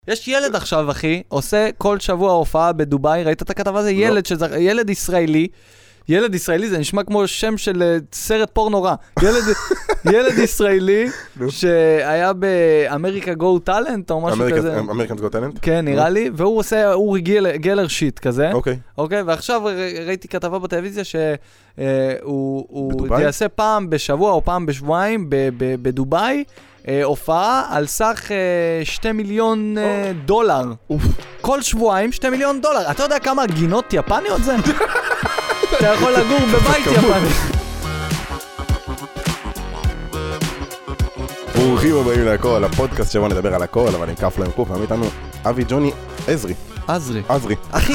יש ילד עכשיו, אחי, עושה כל שבוע הופעה בדוביי, ראית את הכתב הזה? ילד ישראלי, ילד ישראלי, זה נשמע כמו שם של סרט פורנו רע. ילד ישראלי שהיה באמריקה גו טלנט או משהו כזה. אמריקן גו טלנט? כן, נראה לי, והוא עושה אורי גלר שיט כזה. אוקיי. ועכשיו ראיתי כתבה בטלוויזיה שהוא יעשה פעם בשבוע או פעם בשבועיים בדוביי, הופעה על סך 2 מיליון דולר. כל שבועיים 2 מיליון דולר. אתה יודע כמה גינות יפניות זה? אתה יכול לגור בבית יפני. ברוכים הבאים להכל, הפודקאסט שבו נדבר על הכל, אבל עם כף לא עם קוף, ואיתנו אבי ג'וני עזרי. עזרי. אחי,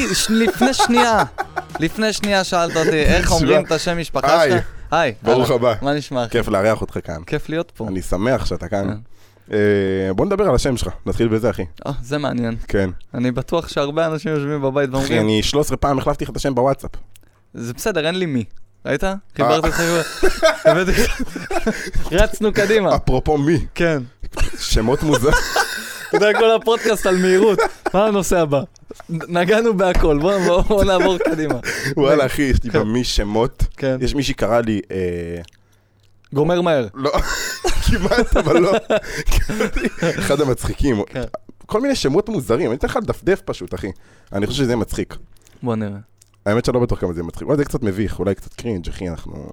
לפני שנייה שאלת אותי איך אומרים את השם משפחה שלך. היי, ברוך הבא. מה נשמע? כיף לארח אותך כאן. כיף להיות פה. אני שמח שאתה כאן. בוא נדבר על השם שלך, נתחיל בזה אחי. זה מעניין. כן. אני בטוח שהרבה אנשים יושבים בבית ואומרים... אחי, אני 13 פעם החלפתי לך את השם בוואטסאפ. זה בסדר, אין לי מי. ראית? חיברתי אותך כבר. רצנו קדימה. אפרופו מי. כן. שמות מוזר. אתה יודע, כל הפודקאסט על מהירות. מה הנושא הבא? נגענו בהכל, בואו נעבור קדימה. וואלה אחי, יש לי במי שמות. כן. יש מי שקרא לי... גומר מהר. לא, כמעט, אבל לא. אחד המצחיקים. כל מיני שמות מוזרים. אני צריך לדפדף פשוט, אחי. אני חושב שזה יהיה מצחיק. בוא נראה. האמת שלא בטוח כמה זה יהיה מצחיק. אולי זה קצת מביך, אולי קצת קרינג', אחי, אנחנו...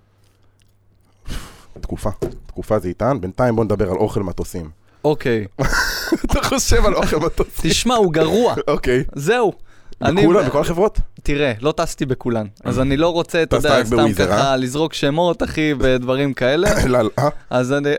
תקופה זה איתן. בינתיים בוא נדבר על אוכל מטוסים. אוקיי. אתה חושב על אוכל מטוסים? תשמע, הוא גרוע. אוקיי. זהו. בכולן, בכל החברות? תראה, לא טסתי בכולן. אז אני לא רוצה, אתה יודע, סתם ככה לזרוק שמות, אחי, ודברים כאלה. אז אני...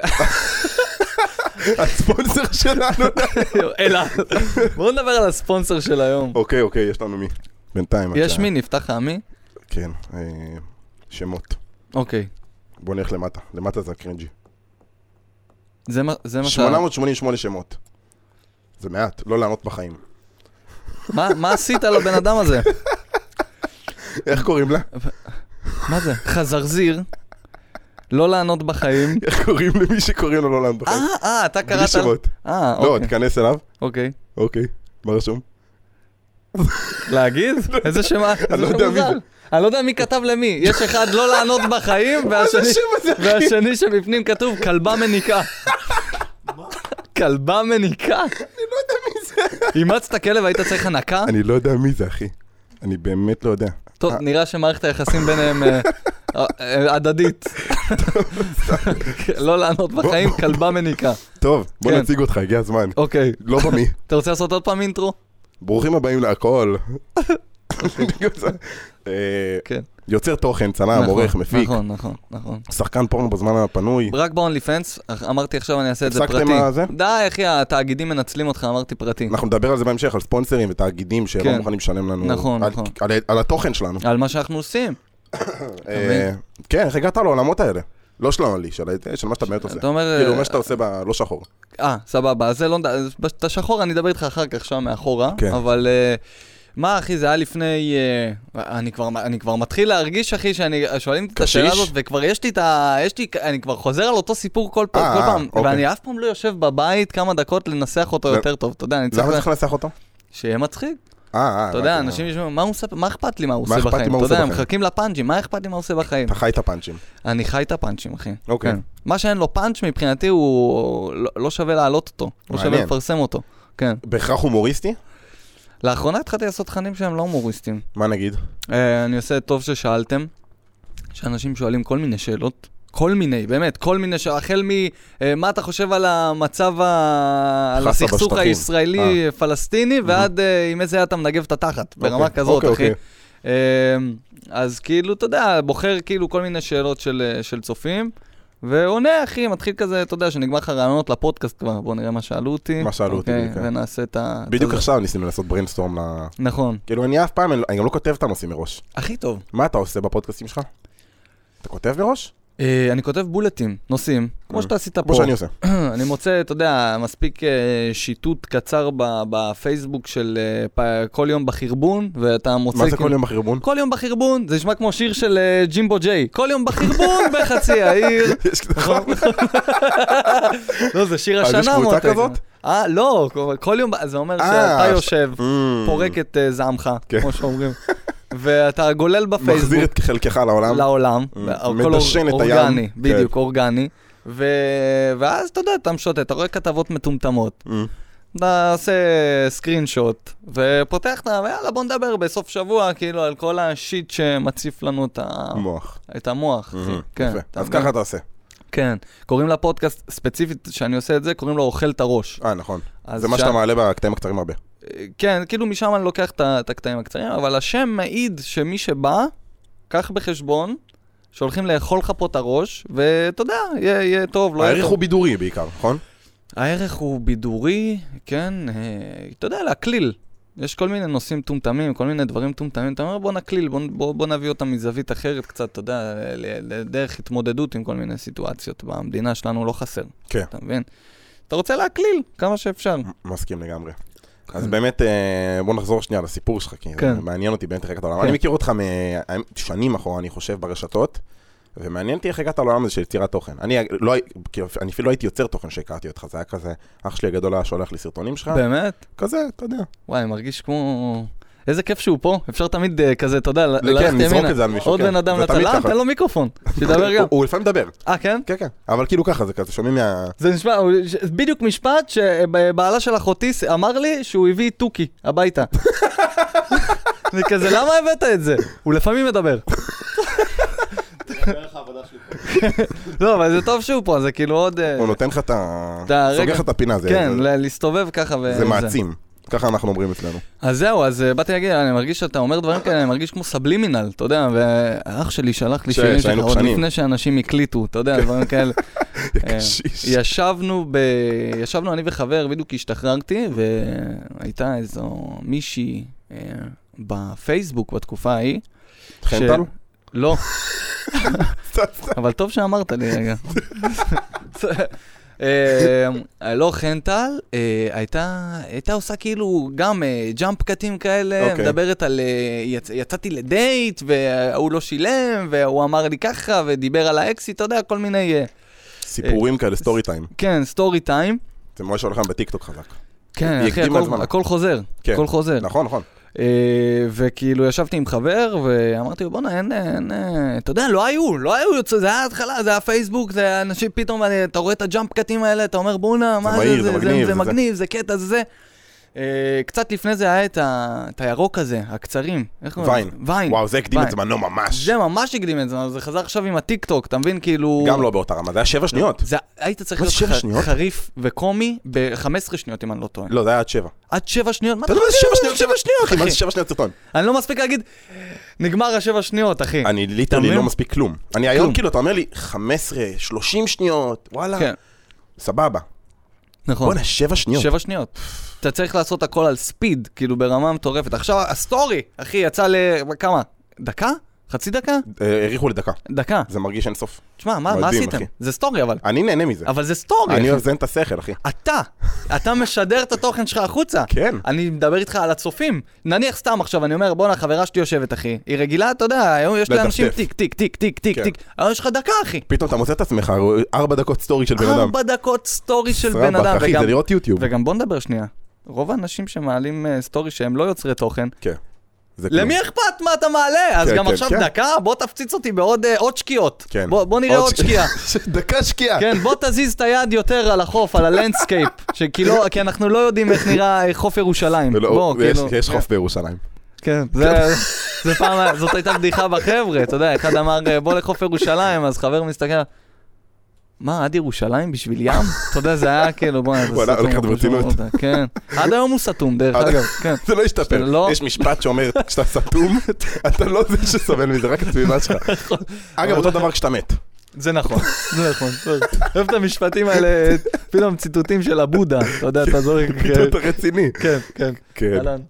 הספונסר שלנו. בואו נדבר על הספונסר של היום. אוקיי, יש לנו מי. בינתיים. יש מי? נפתח לך מי? כן, שמות. אוקיי. בוא נלך למטה. למטה זה הקרינג'י. זה מה 888 שמות. זה מעט, לא לענות בחיים. מה עשית לבן אדם הזה? איך קוראים לה? מה זה? חזרזיר. לא לענות בחיים. איך קוראים למי שקוראים לו לא לענות בחיים? אתה קראת... בלי שמות. לא, תיכנס אליו. אוקיי. מה רשום? להגיד? איזה שם מוזר. אני לא יודע מי כתב למי. יש אחד לא לענות בחיים, והשני שבפנים כתוב כלבה מניקה. כלבה מניקה? אני לא יודע מי זה. אימצת כלב, היית צריך הנקה? אני לא יודע מי זה, אחי. אני באמת לא יודע. טוב, נראה שמערכת היחסים ביניהם הדדית. לא לענות בחיים, כלבה מניקה. טוב, בוא נציג אותך, הגיע הזמן. אוקיי. לא במי. אתה רוצה לעשות עוד פעם אינטרו? ברוכים הבאים להכל. יוצר תוכן, צלם, עורך, מפיק. נכון. שחקן פורנו בזמן הפנוי. רק ב-OnlyFans, אמרתי עכשיו אני אעשה את זה פרטי. הפסקתם מה זה? די, אחי, התאגידים מנצלים אותך, אמרתי פרטי. אנחנו נדבר על זה בהמשך, על ספונסרים ותאגידים שלא מוכנים לשלם לנו. נכון. על התוכן שלנו. על מה שאנחנו עושים. כן, איך הגעת לעולמות האלה? לא שלנו לי, של מה שאתה באמת עושה. כאילו, מה שאתה עושה בלא שחור. סבבה, אז זה לא... את השחור אני אדבר איתך אחר כך שם מאחורה, אבל... מה אחי, זה היה לפני... אני כבר מתחיל להרגיש אחי שאני שואלים את השאלה הזאת וכבר יש לי אני כבר חוזר על אותו סיפור כל פעם ואני אף פעם לא יושב בבית כמה דקות לנסח אותו יותר טוב, אתה יודע, אני צריך... למה צריך לנסח אותו? שיהיה מצחיק. אתה יודע, אנשים ישמעו, מה אכפת לי מה הוא עושה בחיים? אתה יודע, הם מחכים לפאנצ'ים, מה אכפת לי מה הוא עושה בחיים? אתה חי את הפאנצ'ים. אני חי את הפאנצ'ים, אחי. אוקיי. מה שאין לו פאנץ' מבחינתי הוא לא שווה להעלות אותו, לא שווה לפרסם אותו. כן. בהכרח הומוריסטי? לאחרונה התחלתי לעשות תכנים שהם לא הומוריסטים. מה נגיד? אני עושה טוב ששאלתם, שאנשים שואלים כל מיני שאלות, באמת, כל מיני שאלות, החל מה אתה חושב על המצב, על הסכסוך הישראלי-פלסטיני, ועד עם איזה אתה מנגב את התחת, ברמה כזאת, אחי. אז כאילו, אתה יודע, בוחר כאילו כל מיני שאלות של צופים, ועונה, אחי, מתחיל כזה, אתה יודע, שנגמר לך רעיונות לפודקאסט כבר, בוא נראה מה שאלו אותי. מה שאלו אותי, כן. ונעשה את ה... בדיוק עכשיו ניסינו לעשות בריינסטורם ל... נכון. כאילו, אני אף פעם, אני גם לא כותב את הנושאים מראש. הכי טוב. מה אתה עושה בפודקאסטים שלך? אתה כותב מראש? אני כותב בולטים, נושאים, כמו שאתה עשית פה. כמו שאני עושה. אני מוצא, אתה יודע, מספיק שיטוט קצר בפייסבוק של כל יום בחרבון, ואתה מוצא... מה זה כל יום בחרבון? כל יום בחרבון, זה נשמע כמו שיר של ג'ימבו ג'יי. כל יום בחרבון בחצי העיר. יש נכון. לא, זה שיר השנה. אז יש קבוצה כזאת? לא, כל יום, זה אומר שאתה יושב, פורק את זעמך, כמו שאומרים. ואתה גולל בפייסבוק. מחזיר את חלקך לעולם. לעולם. מדשן את הים. אורגני, בדיוק, אורגני. ואז אתה יודע, אתה משוט, אתה רואה כתבות מטומטמות. אתה עושה סקרין שוט, ופותח ויאללה, בוא נדבר בסוף שבוע, כאילו, על כל השיט שמציף לנו את המוח. יפה. אז ככה אתה עושה. כן. קוראים לפודקאסט ספציפית שאני עושה את זה, קוראים לו אוכל את הראש. נכון. זה מה שאתה מעלה בקטעים הקצרים הרבה. כן, כאילו משם אני לוקח את הקטעים הקצרים, אבל השם מעיד שמי שבא, קח בחשבון, שהולכים לאכול לך פה את הראש, ואתה יודע, יהיה טוב, לא יהיה טוב. הערך הוא בידורי בעיקר, נכון? הערך הוא בידורי, כן, אתה יודע, להקליל. יש כל מיני נושאים טומטמים, כל מיני דברים טומטמים, אתה אומר בוא נקליל, בוא נביא אותם מזווית אחרת קצת, אתה יודע, לדרך התמודדות עם כל מיני סיטואציות. במדינה שלנו לא חסר, כן. אתה מבין? אתה רוצה להקליל כמה שאפשר. מסכים לגמרי. אז באמת, בוא נחזור שנייה לסיפור שלך, כי מעניין אותי באמת איך הגעת לעולם. אני מכיר אותך שנים אחורה, אני חושב, ברשתות, ומעניין אותי איך הגעת לעולם הזה של יצירת תוכן. אני אפילו לא הייתי יוצר תוכן שהכרתי אותך, זה היה כזה, אח שלי הגדול היה שולח לי סרטונים שלך. באמת? כזה, אתה יודע. וואי, מרגיש כמו... איזה כיף שהוא פה, אפשר תמיד כזה, אתה יודע, כן, נזרוק את זה על מישהו, עוד בן אדם נצא, תן לו מיקרופון, שידבר גם. הוא לפעמים מדבר. כן? כן, כן, אבל כאילו ככה, זה כזה, שומעים מה... זה נשמע, בדיוק משפט שבעלה של אחותי אמר לי שהוא הביא טוקי הביתה. זה כזה, למה הבאת את זה? הוא לפעמים מדבר. לא, אבל זה טוב שהוא פה, זה כאילו עוד... הוא נותן לך את ה... סוגר לך את הפינה. כן, להסתובב ככה. זה מעצים. ככה אנחנו אומרים אצלנו. אז זהו, אז באתי להגיד, אני מרגיש שאתה אומר דברים כאלה, אני מרגיש כמו סבלימינל, אתה יודע, ואח שלי שלח לי שירים שלך עוד לפני שאנשים הקליטו, אתה יודע, דברים כאלה. ישבנו אני וחבר, בדיוק השתחררתי, והייתה איזו מישהי בפייסבוק בתקופה ההיא. חנטל? לא. אבל טוב שאמרת לי רגע. לא חנטל, הייתה עושה כאילו גם ג'אמפ קטים כאלה, מדברת על יצאתי לדייט והוא לא שילם והוא אמר לי ככה ודיבר על האקסי, אתה יודע, כל מיני סיפורים כאלה, סטורי טיים. כן, סטורי טיים. זה ממש הולכם בטיקטוק חזק. כן, אחי, הכל חוזר. הכל חוזר. נכון, נכון. וכאילו ישבתי עם חבר ואמרתי לו בוא'נה אין, אתה יודע, לא היו, זה היה התחלה, זה היה פייסבוק, זה היה אנשים פתאום, אתה רואה את הג'אמפ קטים האלה, אתה אומר בוא'נה, מה זה מגניב, זה קטע, זה. קצת לפני זה היה את הירוק הזה, הקצרים. ויין. וואו, זה הקדים את זמנו ממש. זה ממש הקדים את זמנו, זה חזר עכשיו עם הטיקטוק, אתה מבין, כאילו... גם לא באותה רמה, זה היה 7 שניות. היית צריך להיות חריף וקומי ב-15 שניות, אם אני לא טועה. לא, זה היה עד 7. עד 7 שניות? מה אתה אומר 7 שניות, אחי? מה זה 7 שניות סרטון? אני לא מספיק להגיד, נגמר ה7 שניות, אחי. אני ליטרלי לא מספיק כלום. אני היום כאילו, אתה אומר לי 15, 30 שניות, וואלה. סבבה. נכון. בוא'נה, 7 שניות. 7 שניות. אתה צריך לעשות הכל על ספיד, כאילו ברמה מטורפת. עכשיו, הסטורי, אחי, יצא לכמה? דקה? חצי דקה? העריכו לדקה. דקה. זה מרגיש אין סוף. תשמע, מה עשיתם? זה סטורי, אבל. אני נהנה מזה. אבל זה סטורי. אני אוהב את השכל, אחי. אתה משדר את התוכן שלך החוצה. כן. אני מדבר איתך על הצופים. נניח סתם עכשיו, אני אומר, בוא'נה, חברה שלי יושבת, אחי. היא רגילה, אתה יודע, היום יש לאנשים טיק, טיק, טיק, טיק, טיק, טיק. היום יש לך דקה, אחי. פתאום אתה מוצא את עצמך, 4 דקות סטורי של בן אדם. 4 דקות סטורי של בן אדם. אחי, זה לראות יוטיוב. וגם בוא נדבר שנייה. רוב האנשים שמעלים סטורי שהם לא יוצרי תוכן. כן. למי אכפת מה אתה מעלה? אז גם עכשיו דקה, בוא תפציץ אותי בעוד שקיעות. בוא נראה עוד שקיעה. דקה שקיעה. כן, בוא תזיז את היד יותר על החוף, על הלנדסקייפ, כי אנחנו לא יודעים איך נראה חוף ירושלים. יש חוף בירושלים. כן, זאת הייתה בדיחה בחבר'ה, אתה יודע, אחד אמר בוא לחוף ירושלים, אז חבר מסתכל, מה, עד ירושלים בשביל ים? אתה יודע, זה היה כאילו, בוא נעשה סתום. לקחת ברצינות. כן. עד היום הוא סתום, דרך אגב. זה לא השתפר. יש משפט שאומר, כשאתה סתום, אתה לא זה שסובל מזה, רק הסביבה שלך. אגב, אותו דבר כשאתה מת. זה נכון, זה נכון. אוהב את המשפטים האלה, פתאום ציטוטים של הבודה, אתה יודע, אתה זורק. אתה רציני. כן, כן. אהלן.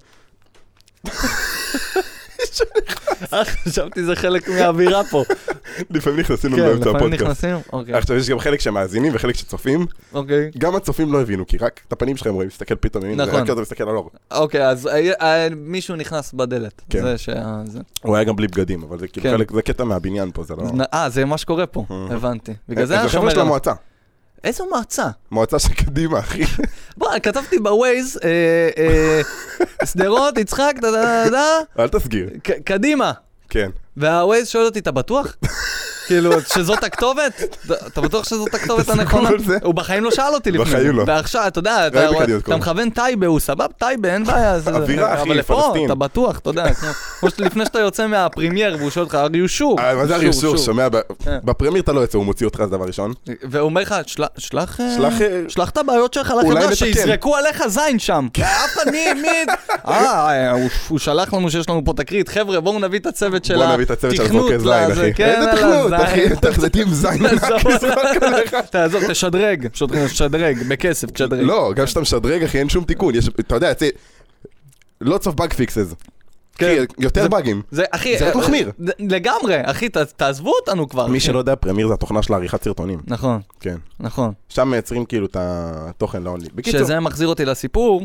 חשבתי זה חלק מהאווירה פה. לפעמים נכנסים באמצע הפודקאסט. כן, לפעמים נכנסים, אוקיי. עכשיו יש גם חלק שמאזינים וחלק שצופים. אוקיי. גם הצופים לא הבינו, כי רק את הפנים שלכם רואים, מסתכל פתאום, רק כזה מסתכל על אור. אוקיי, אז מישהו נכנס בדלת. כן. הוא היה גם בלי בגדים, אבל זה כאילו חלק, זה קטע מהבניין פה, זה לא... זה מה שקורה פה, הבנתי. זה חבר'ה של המועצה. איזו מועצה? מועצה של קדימה, אחי. בוא, כתבתי בווייז, סדרות, יצחק, אל תסגיר. קדימה. כן. והווייז שואל אותי, אתה בטוח? כאילו, שזאת הכתובת? אתה בטוח שזאת הכתובת הנכונה? הוא בחיים לא שאל אותי לפני. בחיים לא. ועכשיו, אתה יודע, אתה מכוון טייבה, הוא סבב, טייבה, אין בעיה. אווירה, אחי, אבל לפה, פלסטין. אתה בטוח, אתה יודע. לפני שאתה יוצא מהפרימייר, והוא שואל אותך, are you sure? מה זה are you sure? שומע, בפרימייר אתה לא יוצא, הוא מוציא אותך, זה דבר ראשון. והוא אומר לך, שלח את הבעיות שלך לחברה, שיזרקו עליך זין שם. אף אחד הוא שלח לנו שיש לנו פה תקרית, חבר'ה, בואו נביא את הצוות של התכנות לזה. איזה תכנות, אחי? תחזתים זין. תעזוב, תשדרג, בכסף, תשדרג. לא, גם שאתה משדרג, אחי, אין שום תיקון. אתה יודע, lots of bug fixes. יותר באגים. זה רק מחמיר. לגמרי, אחי, תעזבו אותנו כבר. מי שלא יודע, פרמיר זה התוכנה של עריכת סרטונים. נכון. כן. נכון. שם מייצרים כאילו את התוכן לאונלי. שזה מחזיר אותי לסיפור.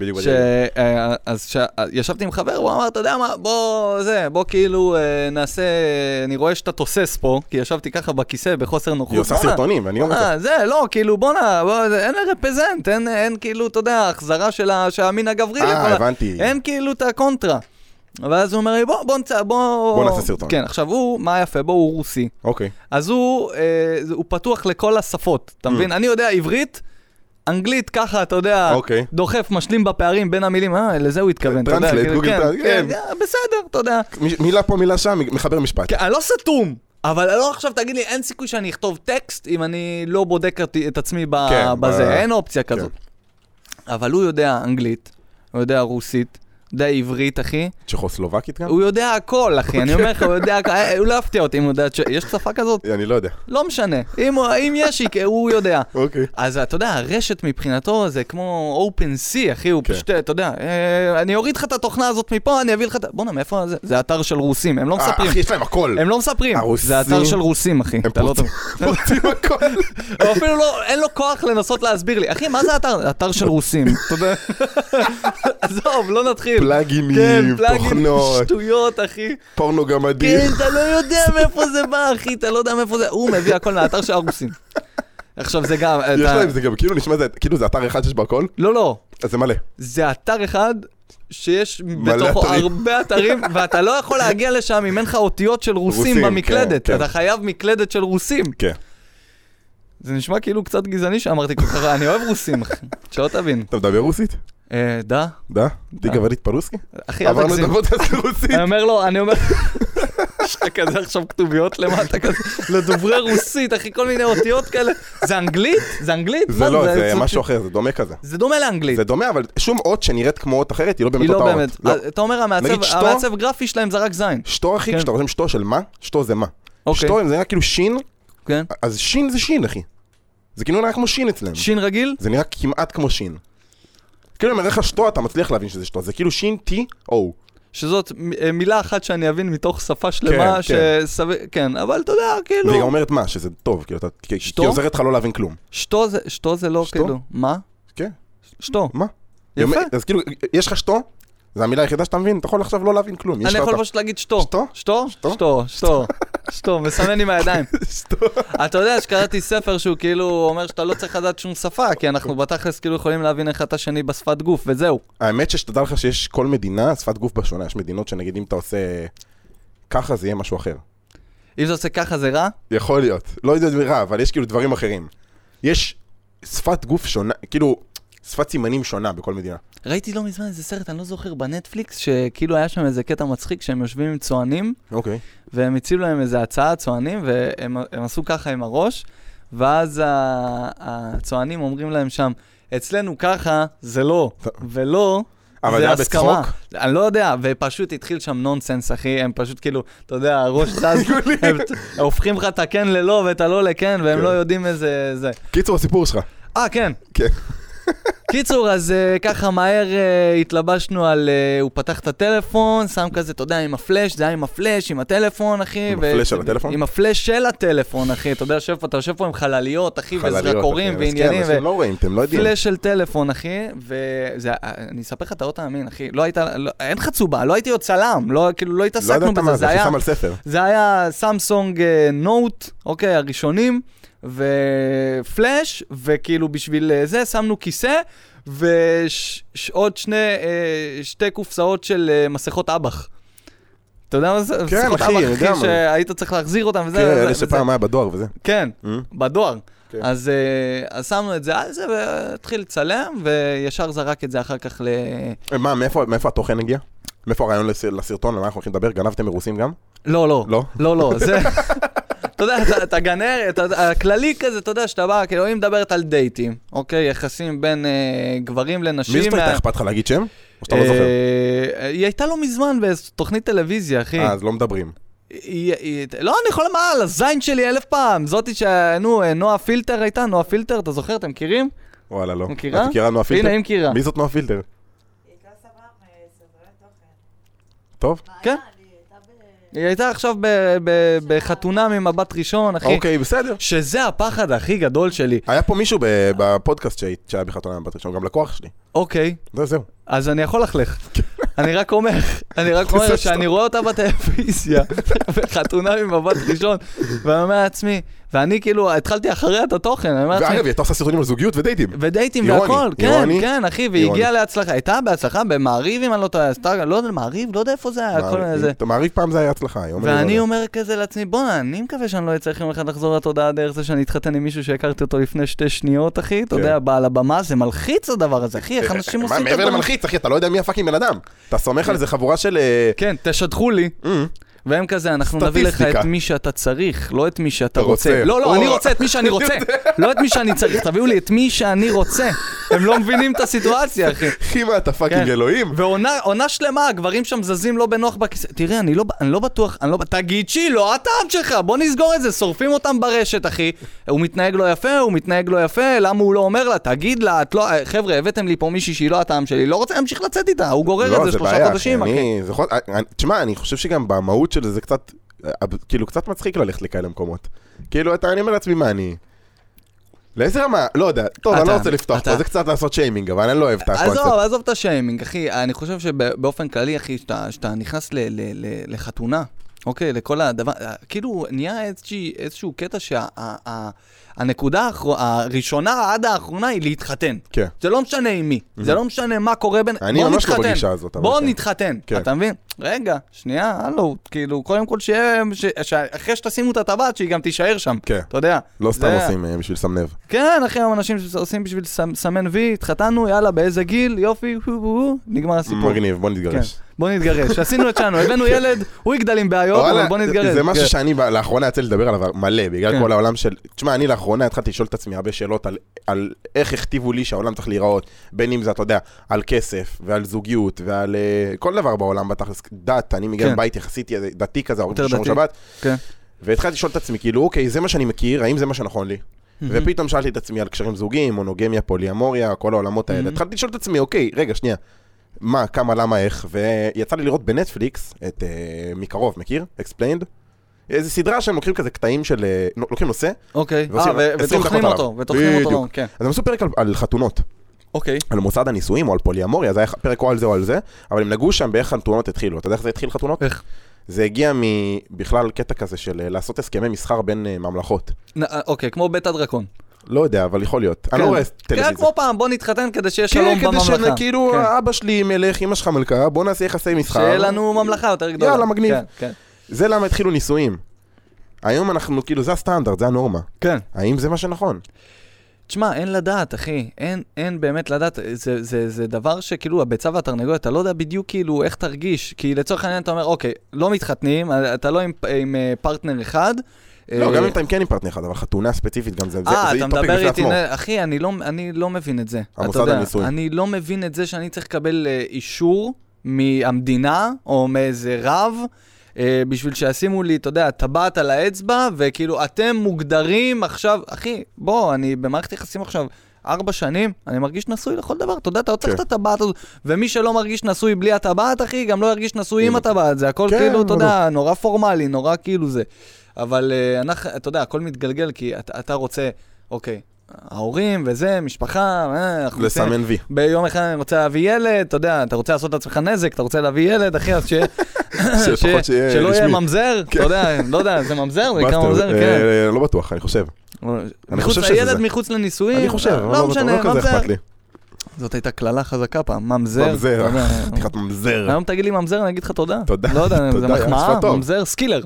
אז ישבתי עם חבר, הוא אמר, אתה יודע מה, בוא כאילו נעשה, אני רואה שאתה תוסס פה, כי ישבתי ככה בכיסא בחוסר נוחות. היא עושה סרטונים, ואני אומר זה, לא, כאילו אין רפזנט, אין כאילו, אתה יודע, החזרה של המין הגברי, הבנתי. אין כאילו את הקונטרה. ואז הוא אומר לי, בוא נעשה סרטון. כן, עכשיו מה יפה, הוא רוסי. אוקיי. אז הוא פתוח לכל השפות, אתה מבין? אני יודע עברית, אנגלית ככה, אתה יודע, דוחף, משלים בפערים בין המילים, לזה הוא התכוון. טרנסלייט, גוגל טרנסלייט, כן. בסדר, אתה יודע. מילה פה, מילה שם, מחבר משפט. אני לא סתום, אבל לא עכשיו תגיד לי, אין סיכוי שאני אכתוב טקסט אם אני לא בודק את עצמי בזה, אין אופציה כזאת. אבל הוא יודע אנגלית, הוא יודע רוסית, יודע עברית, אחי. צ'כוסלובקית גם? הוא יודע הכל, אחי, אני אומר לך, הוא יודע הכל, הוא לא הפתיע אותי אם הוא יודע, יש שפה כזאת? אני לא יודע. לא משנה, אם יש, הוא יודע. אוקיי. אז אתה יודע, הרשת מבחינתו זה כמו OpenSea, אחי, הוא פשוט, אתה יודע, אני אוריד לך את התוכנה הזאת מפה, אני אביא לך את... בוא'נה, מאיפה זה? זה אתר של רוסים, הם לא מספרים. אחי, יש להם הכל. הם לא מספרים, זה אתר של רוסים, אחי. הם פורצים הכל. אפילו אין לו כוח לנסות להסביר לי. אחי, מה זה אתר? אתר של רוסים. אתה יודע. עזוב, לא נתחיל. פלאגינים, תוכנות. שטויות, אחי. פורנו גמדים. כן, אתה לא יודע מאיפה זה בא, אחי, אתה לא יודע מאיפה זה. הוא מביא הכל מהאתר של הרוסים. עכשיו זה גם... יש להם, זה גם כאילו נשמע, כאילו זה אתר אחד שיש בו הכל? לא, לא. אז זה מלא. זה אתר אחד שיש בתוכו הרבה אתרים, ואתה לא יכול להגיע לשם אם אין לך אותיות של רוסים במקלדת. אתה חייב מקלדת של רוסים. כן. זה נשמע כאילו קצת גזעני שאמרתי ככה, אני אוהב רוסים, אחי. שלא תבין. אתה מדבר רוסית? דה. דה? די גברית פרוסקי? אחי, עברנו את הפודקאסט רוסית. אני אומר לו, יש לך כזה עכשיו כתוביות למטה כזה, לדוברי רוסית, אחי, כל מיני אותיות כאלה. זה אנגלית? זה אנגלית? זה לא, זה משהו אחר, זה דומה כזה. זה דומה לאנגלית. זה דומה, אבל שום אות שנראית כמו אות אחרת, היא לא באמת אותה אות. אתה אומר, המעצב גרפי שלהם זה רק זין. שטו, אחי, כשאתה רואים שטו של מה? שטו זה מה. שטו זה נראה כאילו שין, אז שין זה שין, אחי. זה כאילו נראה כמו שין אצלם. שין רגיל? זה נראה כמעט כמו שין. כאילו אם נראה לך שטו, אתה מצליח להבין שזה שטו. זה כאילו שין, T, O. שזאת מילה אחת שאני אבין מתוך שפה שלמה, כן, אבל אתה יודע, כאילו... והיא גם אומרת מה, שזה טוב, כאילו, כי היא עוזרת לך לא להבין כלום. שטו זה לא כאילו, מה? כן. שטו. מה? יפה. אז כאילו, יש לך שטו, זו המילה היחידה שאתה מבין, אתה יכול עכשיו לא להבין כלום. אני יכול פשוט להגיד שטו. שטו? שטו? שטו, שטו. שטו, מסמן עם הידיים. אתה יודע שקראתי ספר שהוא כאילו אומר שאתה לא צריך לדעת שום שפה, כי אנחנו בתכלס כאילו יכולים להבין אחד את השני בשפת גוף, וזהו. האמת שתדע לך שיש כל מדינה, שפת גוף בשונה, יש מדינות שנגיד אם אתה עושה ככה זה יהיה משהו אחר. אם אתה עושה ככה זה רע? יכול להיות. לא יודע זה רע, אבל יש כאילו דברים אחרים. יש שפת גוף שונה, כאילו שפת סימנים שונה בכל מדינה. ראיתי לא מזמן איזה סרט, אני לא זוכר, בנטפליקס, שכאילו היה שם איזה קטע מצחיק, שהם יושבים עם צוענים, והם הציעו להם איזה הצעה צוענים, והם עשו ככה עם הראש, ואז הצוענים אומרים להם שם, אצלנו ככה זה לא, ולא, זה הסכמה. אני לא יודע, ופשוט התחיל שם נונסנס, אחי, הם פשוט כאילו, אתה יודע, הראש צז, הם הופכים לך את הכן ללא ואת הלא לכן, והם לא יודעים איזה זה. קיצור, הסיפור שלך. כן. כן. קיצור, אז ככה מהר התלבשנו על, הוא פתח את הטלפון, שם כזה, אתה יודע, עם הפלש, זה היה עם הפלש, עם הטלפון, אחי. עם הפלש של הטלפון? עם הפלש של הטלפון, אחי. אתה יודע, אתה יושב פה עם חלליות, אחי, וזרקורים ועניינים. כן, לא רואים, אתם לא יודעים. פלש של טלפון, אחי, ואני אספר לך, אתה לא תאמין, אחי. לא הייתה, אין חצובה, לא הייתי עוד צלם, כאילו לא התעסקנו בזה. זה היה סמסונג נוט, אוקיי, הראשונים. ופלאש, וכאילו בשביל זה שמנו כיסא, ועוד שתי קופסאות של מסכות אבח. אתה יודע מה זה? כן, אחי, אני יודע מה. שהיית צריך להחזיר אותם וזה. כן, אלה שפעם היה בדואר וזה. כן, בדואר. אז שמנו את זה על זה, והתחיל לצלם, וישר זרק את זה אחר כך מה, מאיפה התוכן הגיע? מאיפה הרעיון לסרטון? למה אנחנו הולכים לדבר? גנבתם מרוסים גם? לא. זה... אתה יודע, אתה גנר, הכללי כזה, אתה יודע, שאתה בא, כאילו, היא מדברת על דייטים, אוקיי? יחסים בין גברים לנשים. מי זאת הייתה? אכפת לך להגיד שם? או שאתה לא זוכר? היא הייתה לא מזמן בתוכנית טלוויזיה, אחי. אז לא מדברים. לא, אני יכול לומר על הזין שלי 1000 פעם. זאתי נועה פילטר הייתה, נועה פילטר, אתה זוכר? אתם מכירים? וואלה, לא. מכירה? את מכירה נועה פילטר? הנה, היא מכירה. מי זאת נועה פילטר? היא הייתה סבבה מסדרי תוכן. טוב? כן. היא הייתה עכשיו בחתונה ממבט ראשון, אחי. אוקיי, בסדר. שזה הפחד הכי גדול שלי. היה פה מישהו בפודקאסט שהיה בחתונה ממבט ראשון, גם לקוח שלי. אוקיי. זהו. אז אני יכול לחלך. אני רק אומר שאני רואה אותה בטלוויזיה, בחתונה ממבט ראשון, ואני אומר לעצמי, ואני כאילו, התחלתי אחריה את התוכן, ואגב, היא הייתה עושה סרטונים על זוגיות ודייטים. ודייטים והכל, כן, אחי, והיא הגיעה להצלחה, הייתה בהצלחה במעריב, אם אני לא טועה, לא יודע, מעריב, לא יודע איפה זה היה, הכל הזה. מעריב פעם זה היה הצלחה. ואני אומר כזה לעצמי, בוא'נה, אני מקווה שאני לא אצטרך יום אחד לחזור לתודעה דרך זה שאני אתחתן עם מישהו שהכרתי אותו לפני 2 שניות, אחי, אתה יודע, בעל הבמה, זה מלחיץ הדבר הזה, אחי, איך אנשים עושים את הדבר? מלחיץ, אחי, אתה לא יודע מי הפאקינג בן אדם. אתה סומך על איזה חבורה של... כן, תשדחו לי. והם כזה, אנחנו נביא לך את מי שאתה צריך, לא את מי שאתה רוצה. לא, אני רוצה את מי שאני רוצה. לא את מי שאני צריך, תביאו לי את מי שאני רוצה. הם לא מבינים את הסיטואציה, אחי. אחי, מה, אתה פאקינג אלוהים? ועונה שלמה, הגברים שם זזים לא בנוח בכיסא. תראה, אני לא בטוח, תגיד שהיא לא הטעם שלך, בוא נסגור את זה, שורפים אותם ברשת, אחי. הוא מתנהג לא יפה, למה הוא לא אומר לה, תגיד לה, חבר'ה, הבאתם לי פה מישהי שהיא לא הטעם שלי, לא רוצה להמשיך לצאת איתה, הוא גורר את זה 3 חודשים, אחי. תשמע, אני חושב שגם במהות של זה קצת, כאילו קצת מצחיק ללכת לכאלה מקומות. כאילו, אני אומר לעצמי מה אני... לאיזה רמה? לא יודע. טוב, אני לא רוצה לפתוח פה, זה קצת לעשות שיימינג, אבל אני לא אוהב את הקונספט. עזוב את השיימינג, אחי. אני חושב שבאופן כללי, אחי, שאתה נכנס לחתונה, אוקיי, לכל הדבר, כאילו נהיה איזשהו קטע שהנקודה הראשונה עד האחרונה היא להתחתן. כן. זה לא משנה עם מי, זה לא משנה מה קורה בין... אני ממש לא בגישה הזאת. בוא נתחתן, אתה מבין? רגע, שנייה, הלו, כאילו, קודם כל אחרי שתשימו את הטבעת, שהיא גם תישאר שם, אתה יודע. לא סתם עושים בשביל סמנב. כן, אחרי אנשים שעושים בשביל סמן וי, התחתנו, יאללה, באיזה גיל, יופי, נגמר הסיפור. מגניב, בוא נתגרש. בוא נתגרש, עשינו את שלנו, הבאנו ילד, הוא יגדל עם בעיות, אבל בוא נתגרש. זה משהו שאני לאחרונה יצא לדבר עליו מלא, בגלל כל העולם של... תשמע, אני לאחרונה התחלתי לשאול את עצמי הרבה שאלות על איך הכתיבו לי שהעולם צריך להיראות, בין אם זה, אתה יודע, על כסף ועל זוגיות ועל כל דבר בעולם, בתכלס דת, אני מגיע לבית יחסית דתי כזה, ההורים שומר שבת, והתחלתי לשאול את עצמי, כאילו, אוקיי, זה מה שאני מכיר, האם זה מה שנכון לי? ופתאום שאלתי את עצמי על קשרים זוגיים, מונוגמיה, פוליאמוריה, כל העולמות האלה. התחלתי לשאול את עצמי, אוקיי, רגע, שנייה. מה, כמה, למה, איך, ויצא לי לראות בנטפליקס את מקרוב, מכיר? Explained? איזו סדרה שהם לוקחים כזה קטעים של... לוקחים נושא. אוקיי, ותוכנים אותו, כן. אז הם עשו פרק על חתונות. אוקיי. על מוסד הנישואים או על פוליאמוריה, זה היה פרק או על זה או על זה, אבל הם נגעו שם באיך חתונות התחילו. אתה יודע איך זה התחיל חתונות? איך? זה הגיע בכלל קטע כזה של לעשות הסכמי מסחר בין ממלכות. אוקיי, כמו בית הדרקון. לא יודע, אבל יכול להיות. אני לא רואה טלוויזיה. כן, כמו פעם, בוא נתחתן כדי שיהיה שלום בממלכה. כן, כדי שכאילו, אבא שלי מלך, אמא שלך מלכה, בוא נעשה יחסי מסחר. שיהיה לנו ממלכה יותר גדולה. יאללה, מגניב. זה למה התחילו נישואים. היום אנחנו, כאילו, זה הסטנדרט, זה הנורמה. כן. האם זה מה שנכון? תשמע, אין לדעת, אחי. אין באמת לדעת. זה דבר שכאילו, הביצה והתרנגולת, אתה לא יודע בדיוק כאילו איך תרגיש. כי לצורך העניין אתה אומר, אוקיי, לא מתחתנים, אתה לא עם פרטנר אחד. לא, גם אם אתה כן עם פרטנר אחד, אבל חתונה ספציפית גם זה טופיק בפני עצמו. אחי, אני לא מבין את זה. המוסד הנישואים. אני לא מבין את זה שאני צריך לקבל אישור מהמדינה, או מאיזה רב, בשביל שישימו לי, אתה יודע, טבעת על האצבע, וכאילו, אתם מוגדרים עכשיו, אחי, בוא, אני במערכת יחסים עכשיו 4 שנים, אני מרגיש נשוי לכל דבר, אתה יודע, אתה צריך את הטבעת הזו, ומי שלא מרגיש נשוי בלי הטבעת, אחי, גם לא ירגיש נשוי עם הטבעת, זה הכל כאילו, אתה יודע, נורא פורמלי, נורא כאילו זה. אבל אתה יודע, הכל מתגלגל, כי אתה רוצה, אוקיי, ההורים וזה, משפחה, לסמן וי. ביום אחד אני רוצה להביא ילד, אתה יודע, אתה רוצה לעשות את עצמך נזק, אתה רוצה להביא ילד, אחי, אז שלא יהיה ממזר, אתה יודע, לא יודע, זה ממזר? זה כמה ממזר, כן. לא בטוח, אני חושב. ילד מחוץ לנישואים. אני חושב, לא כזה אכפת לי. זאת הייתה כללה חזקה פעם, ממזר. ממזר, תחת ממזר. היום תגיד לי ממזר, אני אגיד לך תודה. תודה. לא יודע, זה מחמאה, ממזר, סקילר.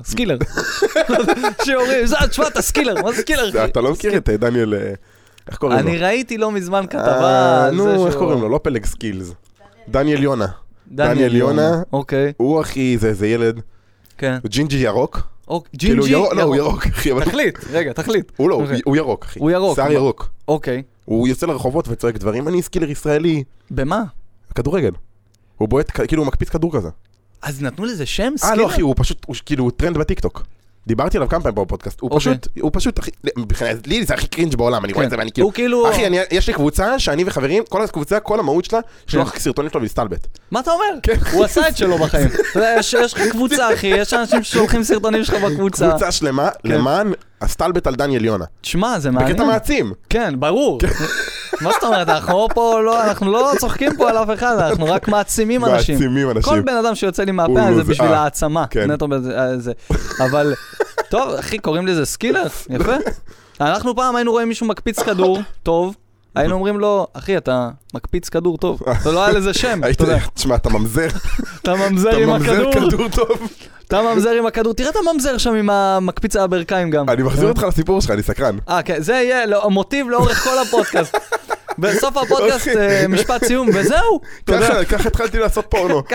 שיורים, תשמע, אתה סקילר, מה סקילר? אתה לא מכיר את דניאל, איך קוראים לו? אני ראיתי לא מזמן כתבה. נו, איך קוראים לו? לא פלג סקילס. דניאל יונה. דניאל יונה, אוקיי. הוא אחי, זה ילד. כן. ג'ינג'י ירוק. ג'ינג'י? לא, הוא ירוק, אחי. תחליט. הוא לא, הוא ירוק, אחי. הוא ירוק. שיער ירוק. אוקיי. הוא יוצא לרחובות וצועק דברים, אני סקילר ישראלי. במה? כדורגל. הוא בועט, כאילו הוא מקפיץ כדור כזה. אז נתנו לזה שם? סקילר? לא אחי, הוא פשוט, כאילו טרנד בטיקטוק. דיברתי עליו כמה פעמים בפודקאסט, הוא פשוט, אחי, לי זה הכי קרינג' בעולם, אני רואה את זה ואני כאילו, אחי, יש לי קבוצה שאני וחברים, כל הקבוצה, כל המהות שלה, שלוח סרטונים שלו ולהסתלבט. מה אתה אומר? הוא עשה את שלו בחיים. יש לך קבוצה, אחי, יש אנשים ששולחים סרטונים שלך בקבוצה. קבוצה שלמה, למען הסתלבט על דניאל יונה. תשמע, זה מעניין. בקטע מעצים. כן, ברור. מה זאת אומרת, אנחנו לא צוחקים פה על אף אחד, אנחנו רק מעצימים אנשים. כל בן אדם שיוצא לי מהפה זה בשביל העצמה. נטו בזה. אבל, טוב, אחי, קוראים לזה סקילר, יפה. אנחנו פעם היינו רואים מישהו מקפיץ כדור, טוב, היינו אומרים לו, אחי, אתה מקפיץ כדור טוב. זה לא היה לזה שם. תשמע, אתה ממזר. אתה ממזר עם הכדור. אתה ממזר כדור טוב. אתה ממזר עם הכדור. תראה את הממזר שם עם המקפיץ הברכיים גם. אני מחזיר אותך לסיפור שלך, אני סקרן. כן, זה יהיה מוטיב לאורך כל הפודקאסט. בסוף הפודקאסט משפט סיום, וזהו. ככה התחלתי לעשות פורנו.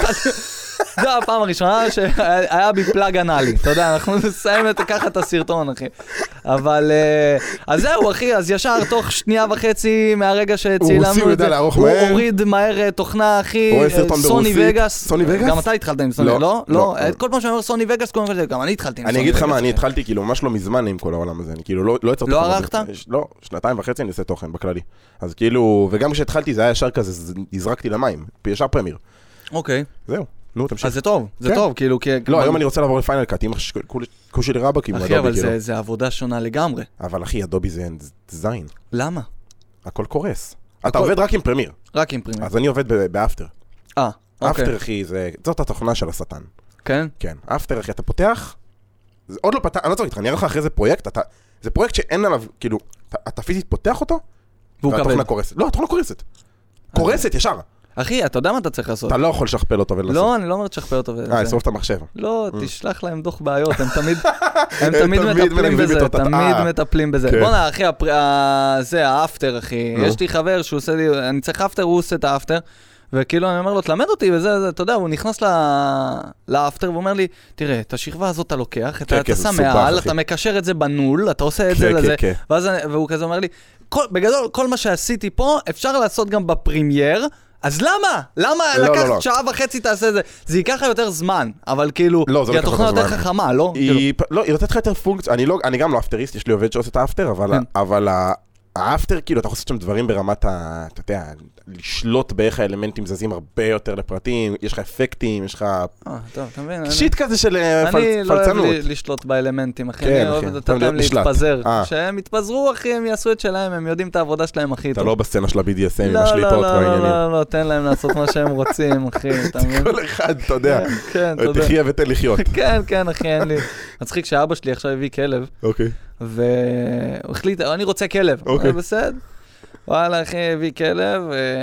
זו הפעם הראשונה שהיה בי פלאג אנלי. אתה יודע, אנחנו נסיים ככה את הסרטון, אחי. אבל, אז זהו, אחי, אז ישר תוך 1.5 מהרגע שצילמנו את זה, הוא הוריד מהר תוכנה, אחי, סוני וגאס. סוני וגאס? גם אתה התחלת עם סוני, לא? לא. כל פעם שאני אומר סוני וגאס, גם אני התחלתי עם סוני וגאס. אני אגיד לך מה, אני התחלתי כאילו ממש לא מזמן עם כל העולם הזה. אני כאילו לא יצרתי... לא ערכת? לא, 2.5 אני עושה תוכן בכללי. אז כאילו, וגם כשהתחלתי זה היה ישר כזה, הזרקתי למים, ישר פרמיר. אוקיי. זהו, נו, תמשיך. אז זה טוב, זה טוב, כאילו... לא, היום אני רוצה לעבור לפיינל קאט, אם כושי לרבקים. אחי, אבל זה עבודה שונה לגמרי. אבל אחי, אדובי זה זין. למה? הכל קורס. אתה עובד רק עם פרמיר. רק עם פרמיר. אז אני עובד באפטר. אוקיי. אפטר, אחי, זאת התוכנה של השטן. כן? כן. אפטר, אחי, אתה פותח, זה עוד לא פתח, אני לא צריך, אני אראה לך אחרי זה פרויקט, זה פרויקט שאין עליו, כאילו, אתה פיזית פותח אותו, והתוכנה קורסת. לא, התוכנה קורסת. קורסת ישר. אחי, אתה יודע מה אתה צריך לעשות? אתה לא יכול לשכפל אותו ולעשות. לא, אני לא אומר לשכפל אותו ולעשות. ישרוף את המחשב. לא, תשלח להם דוח בעיות, הם תמיד מטפלים בזה, תמיד מטפלים בזה. בוא נה, אחי, זה האפטר, אחי. יש לי חבר שהוא עושה לי, אני צריך אפטר, הוא עושה את האפטר, וכאילו אני אומר לו, תלמד אותי, וזה, אתה יודע, הוא נכנס לאפטר ואומר לי, תראה, את השכבה הזאת אתה לוקח, אתה שם מעל, אתה מקשר את זה בנול, אתה עושה את זה לזה, והוא כזה אומר לי, בגדול, כל מה שעשיתי פה, אפשר לעשות גם בפרימייר, אז למה? למה לקחת 1.5 שעה תעשה את זה? זה ייקח לך יותר זמן, אבל כאילו, כי התוכנה יותר חכמה, לא? לא, היא נותנת לך יותר פונקציה, אני גם לא אפטריסט, יש לי עובד שעושה את האפטר, אבל האפטר, כאילו, אתה עושה שם דברים ברמת אתה יודע, לשלוט באיך האלמנטים זזים הרבה יותר לפרטים, יש לך אפקטים, יש לך... טוב, אתה מבין? שיט כזה של פלצנות. אני לא אוהב לשלוט באלמנטים, אחי. אני אוהב לתת להם להתפזר. כשהם יתפזרו, אחי, הם יעשו את שלהם, הם יודעים את העבודה שלהם הכי טוב. אתה לא בסצנה של ה-BDSM עם השליטות והעניינים. לא, תן להם לעשות מה שהם רוצים, אחי. כל אחד, אתה יודע. תחיה ותן לחיות. כן, אחי, אין לי. מצחיק שאבא שלי עכשיו הביא כלב. אוקיי. והוא החליט, אני רוצה כלב. בסדר. וואלה, אחי, הביא כלב,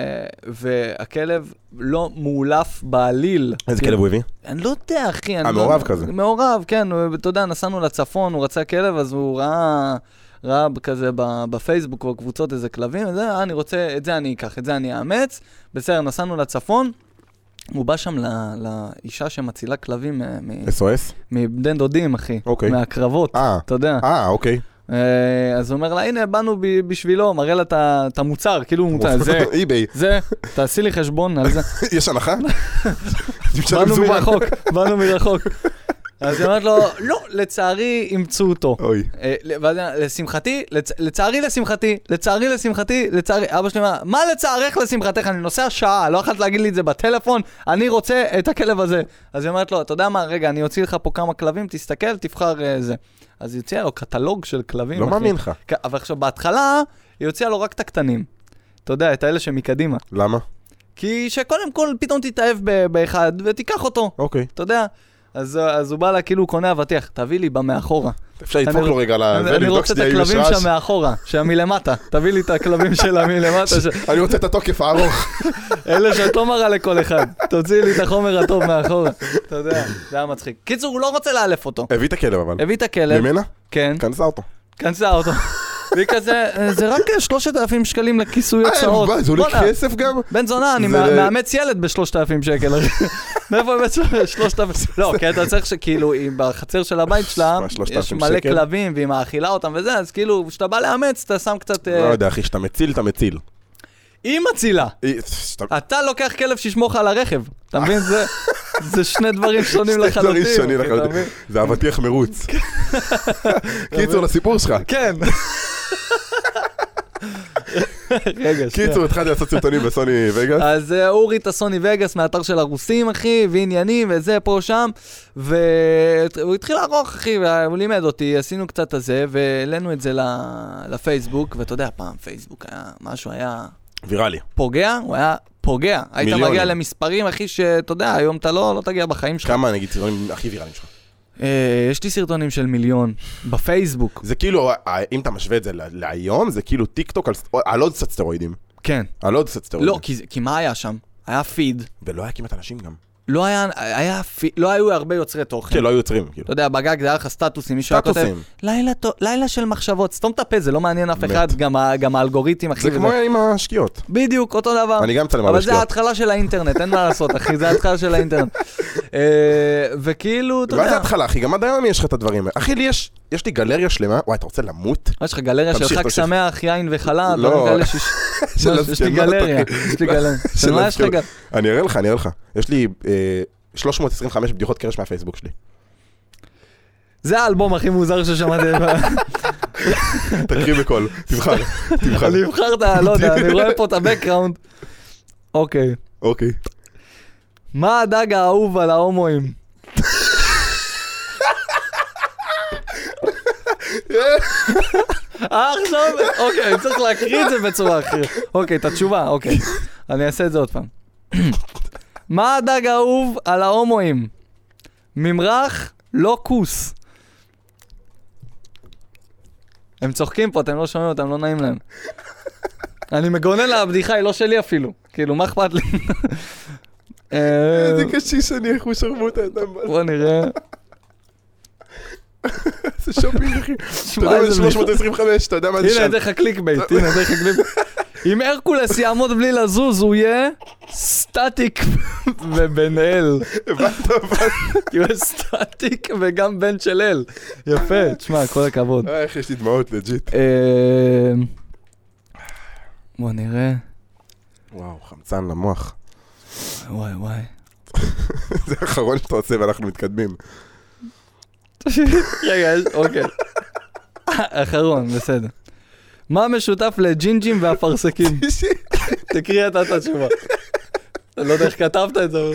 והכלב לא מאולף בעליל. איזה כלב הוא הביא? אני לא יודע, אחי. מעורב כזה. מעורב, כן. אתה יודע, נסענו לצפון, הוא רצה כלב, אז הוא ראה כזה בפייסבוק או קבוצות איזה כלבים, אני רוצה, את זה אני אקח, את זה אני אאמץ. בסדר, נסענו לצפון, הוא בא שם לאישה שמצילה כלבים מבני דודים, אחי. מהקרבות, אתה יודע. אוקיי. אז הוא אומר לה, הנה, באנו בשבילו, מראה לה את המוצר, כאילו הוא מוצר, זה, תעשי לי חשבון על זה. יש הנחה? באנו מרחוק. אז היא אומרת לו, לא, לצערי אימצו אותו. לשמחתי, לצערי, אבא שלי אומר, מה לצערך לשמחתך? אני נוסע שעה, לא יכולת להגיד לי את זה בטלפון, אני רוצה את הכלב הזה. אז היא אומרת לו, אתה יודע מה, רגע, אני אוציא לך פה כמה כלבים, תסתכל, תבחר זה. אז היא הוציאה לו קטלוג של כלבים. לא מאמין לך. אבל עכשיו, בהתחלה, היא הוציאה לו רק את הקטנים. אתה יודע, את האלה שמקדימה. למה? כי שקודם כל פתאום תתאהב באחד ותיקח אותו. אוקיי. אתה יודע, אז הוא בא לה כאילו קונה אבטיח, תביא לי במאחורה. אפשר לדפוק לו רגע לזה, אני רוצה את הכלבים שם מאחורה, שמלמטה, תביא לי את הכלבים שלה מלמטה. אני רוצה את התוקף הארוך. אלה שאת לא מראה לכל אחד, תוציא לי את החומר הטוב מאחורה. אתה יודע, זה היה מצחיק. קיצור, הוא לא רוצה לאלף אותו. הביא את הכלב אבל. הביא את הכלב. ממנה? כן. כנסה אותו. והיא כזה, זה רק 3,000 שקלים לכיסוי הוצאות. זה עולה כסף גם? בן זונה, אני מאמץ ילד ב3,000 שקל. מאיפה באמת 3,000? לא, כי אתה צריך שכאילו, בחצר של הבית שלה, יש מלא כלבים, והיא מאכילה אותם וזה, אז כאילו, כשאתה בא לאמץ, אתה שם קצת... לא יודע, אחי, שאתה מציל, אתה מציל. היא מצילה. אתה לוקח כלב שישמוך על הרכב. אתה מבין? זה שני דברים שונים לחלוטין. זה אבטיח מרוץ. קיצור, לסיפור שלך. כן. קיצור, התחלתי לעשות סרטונים בסוני וגאס. אז הוא הוריד את הסוני וגאס מהאתר של הרוסים, אחי, ועניינים וזה פה שם, והוא התחיל לערוך, אחי, והוא לימד אותי, עשינו קצת הזה, והעלינו את זה לפייסבוק, ואתה יודע, פעם פייסבוק היה, משהו היה... ויראלי. פוגע, הוא היה פוגע. היית מגיע למספרים, אחי, שאתה יודע, היום אתה לא תגיע בחיים שלך. כמה, נגיד, סרטונים הכי ויראליים שלך? יש לי סרטונים של 1,000,000 בפייסבוק. זה כאילו, אם אתה משווה את זה להיום, זה כאילו טיק טוק על עוד קצת סטרואידים. כן. על עוד קצת סטרואידים. לא, כי מה היה שם? היה פיד. ולא היה כמעט אנשים גם. לא היו הרבה יוצרי תוכן. כן, לא היו יוצרים. אתה יודע, בגג זה היה לך סטטוסים, סטטוסים. לילה של מחשבות, סתום את הפה, זה לא מעניין אף אחד, גם האלגוריתם, אחי. זה כמו עם השקיעות. בדיוק, אותו דבר. אני גם צלם על השקיעות. אבל זה ההתחלה של האינטרנט, אין מה לעשות, אחי, זה ההתחלה של האינטרנט. וכאילו, אתה יודע... מה זה ההתחלה, אחי? גם עד היום יש לך את הדברים. אחי, יש לי גלריה שלמה. וואי, אתה רוצה למות? יש לך גלריה של חג שמח, יין וחלה? לא. יש לי גלריה. אני אראה לך. יש לי 325 בדיחות קרש מהפייסבוק שלי. זה האלבום הכי מוזר ששמעתי. תקריא בקול, תבחר. אני אבחר את ה... לא יודע, אני רואה פה את הבקראונד. אוקיי. מה הדג האהוב על ההומואים? עכשיו, אוקיי, אני צריך להקריא את זה בצורה אחרת. אוקיי, את התשובה, אוקיי. אני אעשה את זה עוד פעם. מה הדג האהוב על ההומואים? ממרח, לא כוס. הם צוחקים פה, אתם לא שומעים אותם, לא נעים להם. אני מגונן לה, הבדיחה היא לא שלי אפילו. כאילו, מה אכפת לי? איזה קשיש אני, איך הוא שרמות האדם. בוא נראה. זה שופינג, אחי. אתה יודע מה זה 325, אתה יודע מה זה שם. הנה, דרך הקליק בייט, אם הרקולס יעמוד בלי לזוז, הוא יהיה סטטיק ובן אל. הבנת. כי הוא סטטיק וגם בן של אל. יפה, תשמע, כל הכבוד. איך יש לי דמעות, לג'יט. בוא נראה. וואו, חמצן למוח. וואי. זה האחרון שאתה עושה ואנחנו מתקדמים. רגע, אוקיי. אחרון, בסדר. מה משותף לג'ינג'ים והפרסקים? תקריא את התשובה. אני לא יודע איך כתבת את זה.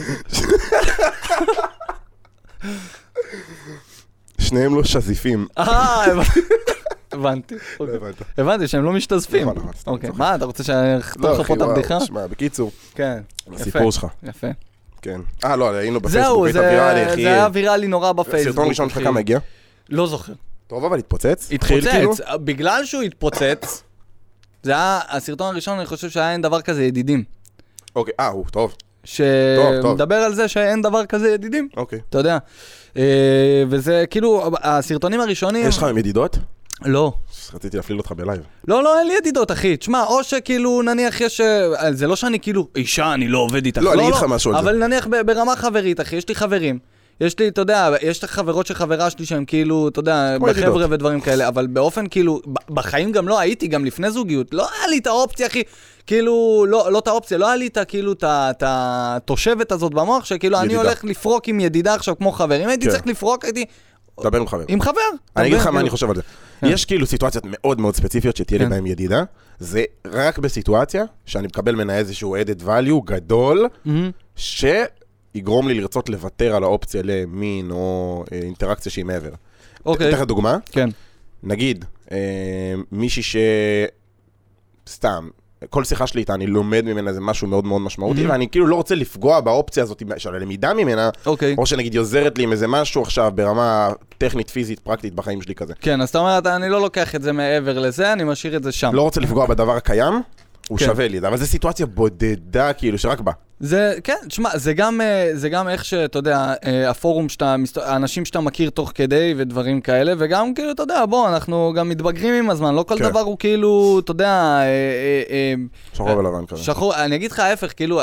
שניהם לא שזיפים. הבנתי. הבנתי שהם לא משתזפים. אוקיי, מה, אתה רוצה שאכתוב לך פה את הבדיחה? שמע, בקיצור. כן. הסיפור שלך. יפה. כן. לא, היינו בפייסבוק, זהו, זה היה ויראלי נורא בפייסבוק. סרטון ראשון שלך כמה הגיע? לא זוכר. טוב, אבל התפוצץ? התפוצץ, בגלל שהוא התפוצץ, זה היה, הסרטון הראשון, אני חושב שאין דבר כזה ידידים. אוקיי, הוא טוב. שמדבר על זה שאין דבר כזה ידידים. אוקיי. אתה יודע. וזה כאילו, הסרטונים הראשונים... יש לך ידידות? לא. רציתי להפליל אותך בלייב. לא, אין לי ידידות, אחי. תשמע, או שכאילו, נניח יש... זה לא שאני כאילו, אישה, אני לא עובד איתך. לא, אני אגיד לך משהו על זה. אבל נניח ברמה חברית, אחי, יש לי חברים. יש לי, אתה יודע, יש לי חברות של חברה שלי שהם כאילו, אתה יודע, בחבר'ה ודברים כאלה, אבל באופן כאילו, בחיים גם לא הייתי, גם לפני זוגיות, לא היה לי את האופציה, אחי, כאילו, לא את האופציה, לא היה לי את כאילו, את התושבת הזאת במוח, שכאילו אני הולך לפרוק עם ידידה עכשיו כמו חבר. אם הייתי צריך לפרוק, הייתי... דבר עם חבר. עם חבר. אני אגיד לך מה אני חושב על זה. יש כאילו סיטואציות מאוד מאוד ספציפיות שתהיה לי בהם ידידה, זה רק בסיטואציה שאני מקבל ממנה איזשהו added value גדול, שיגרום לי לרצות לוותר על האופציה למין או אינטראקציה שהיא מעבר. אוקיי. תתן לך דוגמה? כן. נגיד, מישהי סתם, כל שיחה שלי איתה, אני לומד ממנה איזה משהו מאוד מאוד משמעותי, ואני כאילו לא רוצה לפגוע באופציה הזאת של הלמידה ממנה, או שנגיד היא עוזרת לי עם איזה משהו עכשיו ברמה טכנית, פיזית, פרקטית בחיים שלי כזה. כן, אז אתה אומר, אני לא לוקח את זה מעבר לזה, אני משאיר את זה שם. לא רוצה לפגוע בדבר הקיים, הוא שווה לי, אבל זו סיטואציה בודדה כאילו שרק בא. זה, כן, תשמע, זה גם איך שאתה יודע, הפורום האנשים שאתה מכיר תוך כדי ודברים כאלה, וגם כאילו, אתה יודע, בוא, אנחנו גם מתבגרים עם הזמן, לא כל דבר הוא כאילו, אתה יודע, שחור ולבן כזה. שחור, אני אגיד לך ההפך, כאילו,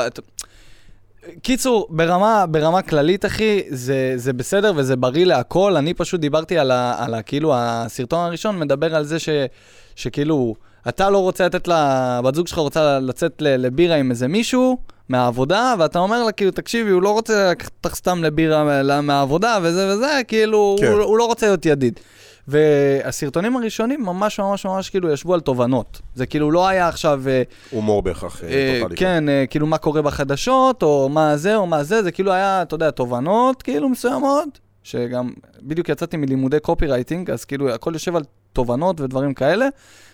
קיצור, ברמה כללית, אחי, זה בסדר וזה בריא להכל, אני פשוט דיברתי על כאילו, הסרטון הראשון מדבר על זה שכאילו, אתה לא רוצה לתת בת זוג שלך רוצה לצאת לבירה עם איזה מישהו מהעבודה, ואתה אומר לה, כאילו, תקשיבי, הוא לא רוצה לקחת סתם לבירה מהעבודה, וזה וזה, כאילו, כן. הוא לא רוצה להיות ידיד. והסרטונים הראשונים ממש ממש ממש כאילו ישבו על תובנות. זה כאילו לא היה עכשיו... הומור בהכרח טוטלי. כן, כאילו מה קורה בחדשות, או מה זה, או מה זה, זה כאילו היה, אתה יודע, תובנות כאילו מסוימות, שגם בדיוק יצאתי מלימודי קופירייטינג, אז כאילו הכל יושב על תובנות ודברים כאלה,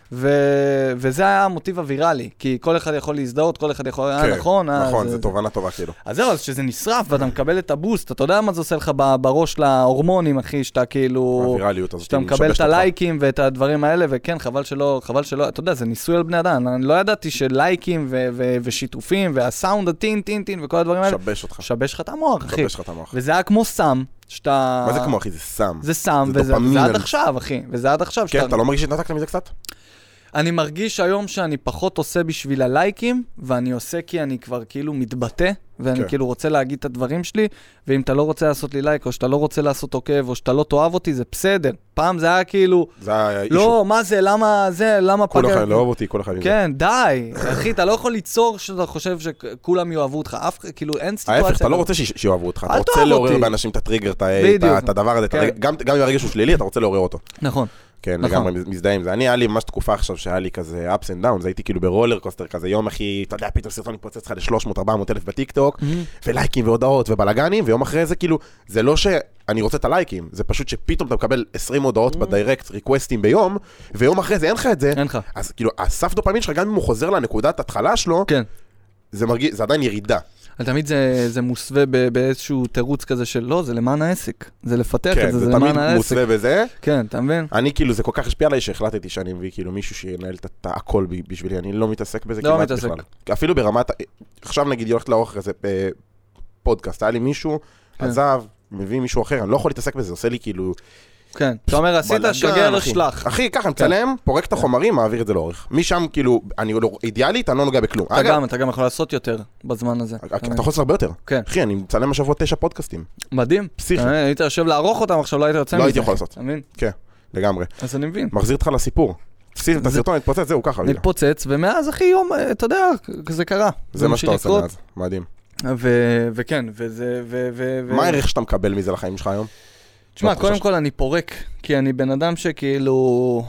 וזה היה המוטיב הוויראלי, כי כל אחד יכול להזדהות, כל אחד יכול... נכון, נכון, זה תובנה טובה כאילו. אז זהו, אז שזה נשרף ואתה מקבל את הבוסט, אתה יודע מה זה עושה לך בראש להורמונים, אחי, שאתה כאילו... הווירליות הזאת. שאתה מקבל את הלייקים ואת הדברים האלה, וכן, חבל שלא, אתה יודע, זה ניסוי על בני אדם, אני לא ידעתי שלייקים ושיתופים, והסאונד, הטין, טין, טין, וכל הדברים האלה... שבש אותך. שבש לך את המוח, אחי. שבש לך את המוח. וזה היה כמו סם, שאתה... מה זה כמו, אחי? זה סם. זה סם, וזה עד עכשיו, אחי. וזה עד עכשיו. כן, אתה לא מרגיש שהתנתקת מזה קצת? אני מרגיש היום שאני פחות עושה בשביל הלייקים, ואני עושה כי אני כבר כאילו מתבטא, ואני כאילו רוצה להגיד את הדברים שלי, ואם אתה לא רוצה לעשות לי לייק, או שאתה לא רוצה לעשות עוקב, או שאתה לא תאהב אותי, זה בסדר. פעם זה היה כאילו, לא, מה זה, למה כל אחד לא אוהב אותי, כל אחד... כן, די. אחי, אתה לא יכול ליצור שאתה חושב שכולם יאהבו אותך, כאילו אין סיטואציה. ההפך, אתה לא רוצה שיאהבו אותך, אתה רוצה לעורר באנשים את הטריגר, את הדבר הזה, גם אם הרגש הוא שלילי, אתה רוצה לעורר אותו. נכון. כן, לגמרי מזדהה עם זה. היה לי ממש תקופה עכשיו שהיה לי כזה ups and downs, הייתי כאילו ברולר קוסטר כזה, יום אחי, אתה יודע, פתאום סרטון מתפוצץ לך ל-300-400 אלף בטיקטוק, ולייקים והודעות ובלגנים, ויום אחרי זה כאילו, זה לא שאני רוצה את הלייקים, זה פשוט שפתאום אתה מקבל 20 הודעות בדיירקט ריקווסטים ביום, ויום אחרי זה אין לך את זה, אז כאילו, הסף דופמין שלך, גם אם הוא חוזר לנקודת התחלה שלו, זה עדיין ירידה. אבל תמיד זה מוסווה באיזשהו תירוץ כזה של לא, זה למען העסק. זה לפתח את זה, זה למען העסק. כן, זה תמיד מוסווה בזה. כן, אתה מבין? אני כאילו, זה כל כך השפיע עליי שהחלטתי שאני מביא כאילו מישהו שינהל את הכל בשבילי. אני לא מתעסק בזה כמעט בכלל. אפילו ברמת, עכשיו נגיד, היא הולכת לאורך איזה פודקאסט. היה לי מישהו, עזב, מביא מישהו אחר, אני לא יכול להתעסק בזה, עושה לי כאילו... כן, אתה אומר, עשית שגר לשלח. אחי, ככה, מצלם, פורק את החומרים, מעביר את זה לאורך. משם, כאילו, אני אידיאלית, אני לא נוגע בכלום. אתה גם יכול לעשות יותר בזמן הזה. אתה יכול לעשות הרבה יותר. כן. אחי, אני מצלם השבוע 9 פודקאסטים. מדהים. פסיכי. היית יושב לערוך אותם, עכשיו לא היית יוצא מזה. לא הייתי יכול לעשות. אתה מבין? כן, לגמרי. אז אני מבין. מחזיר אותך לסיפור. את הסרטון, נתפוצץ, זהו, ככה. נתפוצץ, ומאז, אחי, יום, אתה יודע, זה קרה. זה מה שאתה עושה מאז. מדהים. וכן, וזה... מה הערך שאתה מקבל מזה לחיים שלך היום? תשמע, קודם כל אני פורק, כי אני בן אדם שכאילו,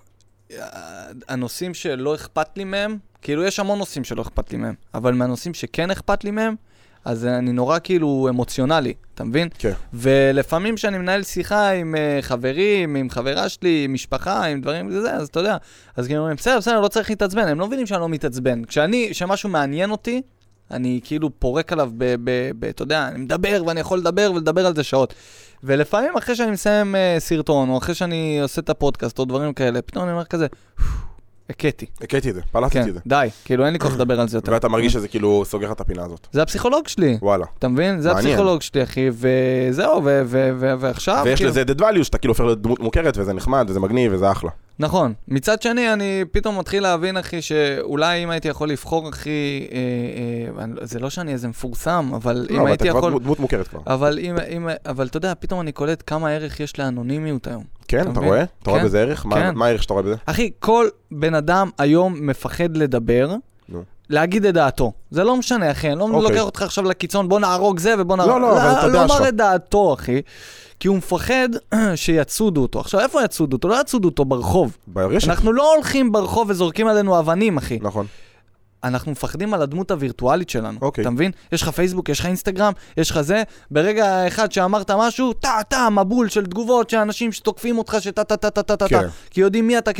הנושאים שלא אכפת לי מהם, כאילו יש המון נושאים שלא אכפת לי מהם, אבל מהנושאים שכן אכפת לי מהם, אז אני נורא כאילו אמוציונלי, אתה מבין? כן. ולפעמים שאני מנהל שיחה עם חברים, עם חברה שלי, עם משפחה, עם דברים וזה, אז אתה יודע, אז כאילו אומרים, בסדר, לא צריך להתעצבן, הם לא מבינים שאני לא מתעצבן. כשמשהו מעניין אותי, אני כאילו פורק עליו אתה יודע, אני מדבר ואני יכול לדבר ולדבר על זה שעות. ולפעמים אחרי שאני מסיים סרטון, או אחרי שאני עושה את הפודקאסט, או דברים כאלה, פתאום אני אומר כזה, הקטי את זה, פלטתי את זה. די, כאילו אין לי כוח לדבר על זה יותר. ואתה מרגיש שזה כאילו סוגר את הפינה הזאת. זה הפסיכולוג שלי. וואלה. אתה מבין? זה הפסיכולוג שלי, אחי, וזהו, ועכשיו... ויש לזה dead value, שאתה כאילו הופך לדמות מוכרת, וזה נחמד, וזה מגניב, וזה אחלה. נכון. מצד שני, אני פתאום מתחיל להבין, אחי, שאולי אם הייתי יכול לבחור, אחי, זה לא שאני איזה מפורסם, אבל אם הייתי יכול... לא, אבל אתה כבר דמות מוכרת כבר. אבל אתה יודע, פתאום אני קולט כמה ערך יש לאנונימיות היום. כן, אתה רואה? אתה רואה בזה ערך? מה הערך שאתה רואה בזה? אחי, כל בן אדם היום מפחד לדבר, להגיד את דעתו. זה לא משנה, אחי, אני לא לוקח אותך עכשיו לקיצון, בוא נהרוג זה ובוא נהרוג... לא, אבל אתה יודע לא אומר את דעתו, אחי, כי הוא מפחד שיצודו אותו. עכשיו, איפה יצודו אותו? לא יצודו אותו ברחוב. ברשת. אנחנו לא הולכים ברחוב וזורקים עלינו אבנים, אחי. נכון. אנחנו מפחדים על הדמות הווירטואלית שלנו. אתה מבין? יש לך פייסבוק, יש לך אינסטגרם, יש לך זה. ברגע אחד שאמרת משהו, מבול של תגובות, שאנשים שתוקפים אותך, כי יודעים מי אתה...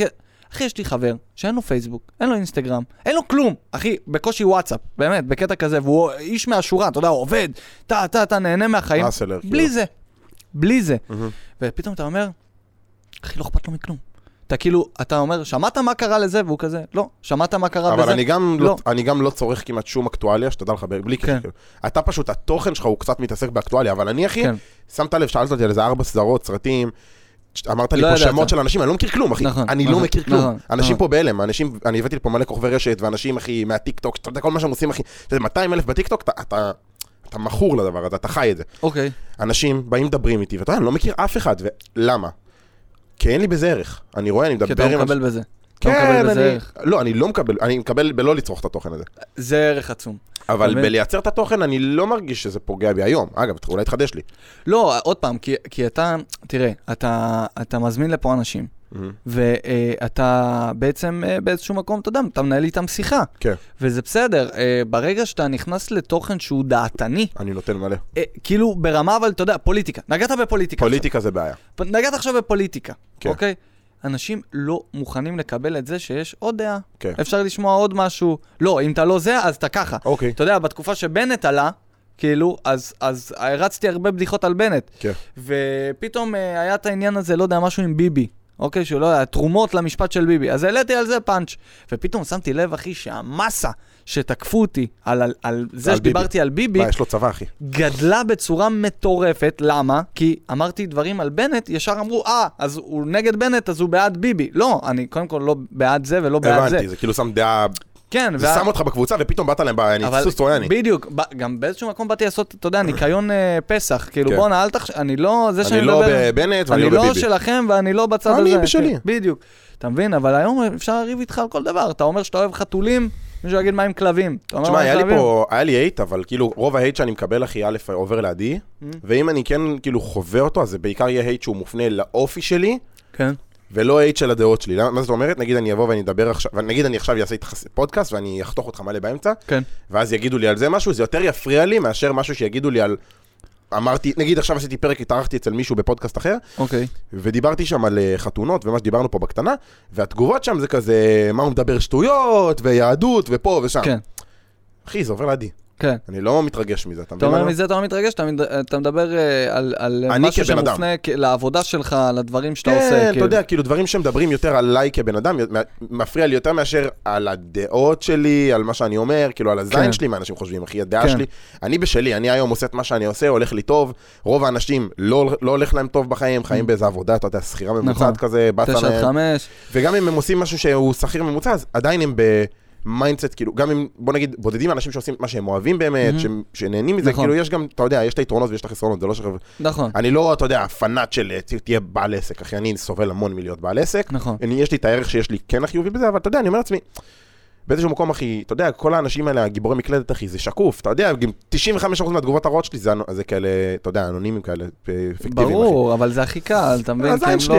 אחי, יש לי חבר שאין לו פייסבוק, אין לו אינסטגרם, אין לו כלום. אחי, בקושי וואטסאפ, באמת, בקטע כזה, והוא איש מהשורה, אתה יודע, הוא עובד, אתה נהנה מהחיים. בלי זה. ופתאום אתה אומר, אחי, לא אכפת לו מכלום. אתה כאילו, אתה אומר, שמעת מה קרה לזה, והוא כזה, לא, שמעת מה קרה בזה? אבל אני גם לא צורך כמעט שום אקטואליה, שתדע לך, בלי קשר. אתה פשוט, התוכן שלך הוא קצת מתעסק באקטואליה, אבל אני, אחי, שמת לב, שאלת אותי על איזה 4 סדרות, סרטים, אמרת לי פה שמות של אנשים, אני לא מכיר כלום, אחי. אני לא מכיר כלום. אנשים פה בהלם, אני הבאתי לפה מלא כוכבי רשת, ואנשים, אחי, מהטיקטוק, אתה יודע, כל מה שהם עושים, אחי, 200,000 בטיקטוק, אתה מכור לדבר הזה, אתה חי את זה. אוקיי. אנשים באים מדברים איתי, ואתה יודע, אני לא מכיר אף אחד, ולמה? כי אין לי בזה ערך. אני רואה, אני מדבר עם... כי אתה מקבל בזה. כן, לא, אני לא מקבל, אני מקבל בלא לצרוך את התוכן הזה. זה ערך עצום. אבל בלייצר את התוכן, אני לא מרגיש שזה פוגע בי היום. אגב, אולי תחדש לי. לא, עוד פעם, כי אתה, תראה, אתה מזמין לפה אנשים, ואתה בעצם באיזשהו מקום, אתה יודע, אתה מנהל איתם שיחה. כן. וזה בסדר, ברגע שאתה נכנס לתוכן שהוא דעתני, אני נותן מלא. כאילו ברמה, אבל אתה יודע, פוליטיקה. נגעת בפוליטיקה. פוליטיקה זה בעיה. נגעת עכשיו בפוליטיקה, כן. אוקיי? אנשים לא מוכנים לקבל את זה שיש עוד דעה. כן. אפשר לשמוע עוד משהו. לא, אם אתה לא זה, אז אתה ככה. אוקיי. אתה יודע, בתקופה שבנט עלה, כאילו, אז הרצתי הרבה בדיחות על בנט. כן. ופתאום היה את העניין הזה, לא יודע, משהו עם ביבי. אוקיי, שלא יודע, תרומות למשפט של ביבי. אז העליתי על זה פאנץ'. ופתאום שמתי לב, אחי, שהמסה שתקפו אותי על זה שדיברתי על ביבי, יש לו צבא, אחי. גדלה בצורה מטורפת. למה? כי אמרתי דברים על בנט, ישר אמרו, אז הוא נגד בנט, אז הוא בעד ביבי. לא, אני קודם כל לא בעד זה ולא בעד זה. הבנתי, זה כאילו שם דעה... כן. זה שם אותך בקבוצה, ופתאום באת להם, אני סוס טרויאני. בדיוק, גם באיזשהו מקום באתי לעשות, אתה יודע, ניקיון פסח, כאילו בוא נעל תחשב, אני לא, זה שאני מדבר... אני לא בבנט ואני לא בביבי. אני לא שלכם ואני לא בצד הזה. אני בשלי. בדיוק. אתה מבין, אבל היום אפשר להריב איתך על כל דבר. אתה אומר שאתה אוהב חתולים, מישהו יגיד מה עם כלבים. תשמע, היה לי הייט, אבל כאילו רוב ההייט שאני מקבל, אחי, א', עובר לידי, ואם אני כן כאילו חווה אותו, אז זה בעיקר יהיה הייט שהוא מופנה לאופי שלי, כן. ולא הייט של הדעות שלי. מה זאת אומרת? נגיד אני אבוא ואני אדבר עכשיו, נגיד אני עכשיו אעשה איתך פודקאסט, ואני אחתוך אותך מלא באמצע, כן. ואז יגידו לי על זה משהו, זה יותר יפריע לי מאשר משהו שיגידו לי על... אמרתי, נגיד עכשיו עשיתי פרק, התארחתי אצל מישהו בפודקאסט אחר, אוקיי. ודיברתי שם על חתונות ומה שדיברנו פה בקטנה, והתגובות שם זה כזה, מה הוא מדבר שטויות, ויהדות, ופה ושם. כן. אחי, זה עובר לידי. כן. אני לא מתרגש מזה. אתה אומר מזה, אתה לא מתרגש, אתה מדבר על משהו שמופנה לעבודה שלך, לדברים שאתה עושה. כן, אתה יודע, כאילו דברים שמדברים יותר עליי כבן אדם, מפריע לי יותר מאשר על הדעות שלי, על מה שאני אומר, כאילו על הזין שלי, מה אנשים חושבים, אחי, הדעה שלי. אני בשלי, אני היום עושה את מה שאני עושה, הולך לי טוב, רוב האנשים לא הולך להם טוב בחיים, חיים באיזו עבודה, אתה יודע, שכירה ממוצעת כזה, 9-5. וגם אם הם עושים משהו שהוא שכיר ממוצע, אז עדיין הם מיינדסט, כאילו, גם אם, בוא נגיד, בודדים אנשים שעושים מה שהם אוהבים באמת, שנהנים מזה, כאילו, יש גם, אתה יודע, יש את היתרונות ויש את החסרונות, זה לא שחרב... נכון. אני לא, אתה יודע, פנאט של תהיה בעל עסק, אחי, אני סובל המון מלהיות בעל עסק. נכון. יש לי את הערך שיש לי כן החיובי בזה, אבל אתה יודע, אני אומר לעצמי, באיזשהו מקום, אחי, אתה יודע, כל האנשים האלה, הגיבורי מקלדת, אחי, זה שקוף, אתה יודע, 95% מהתגובות הרעות שלי, זה כאלה, אתה יודע, אנונימים כאלה, פיקטיביים, ברור, אבל זה הכי קל, אתה מבין?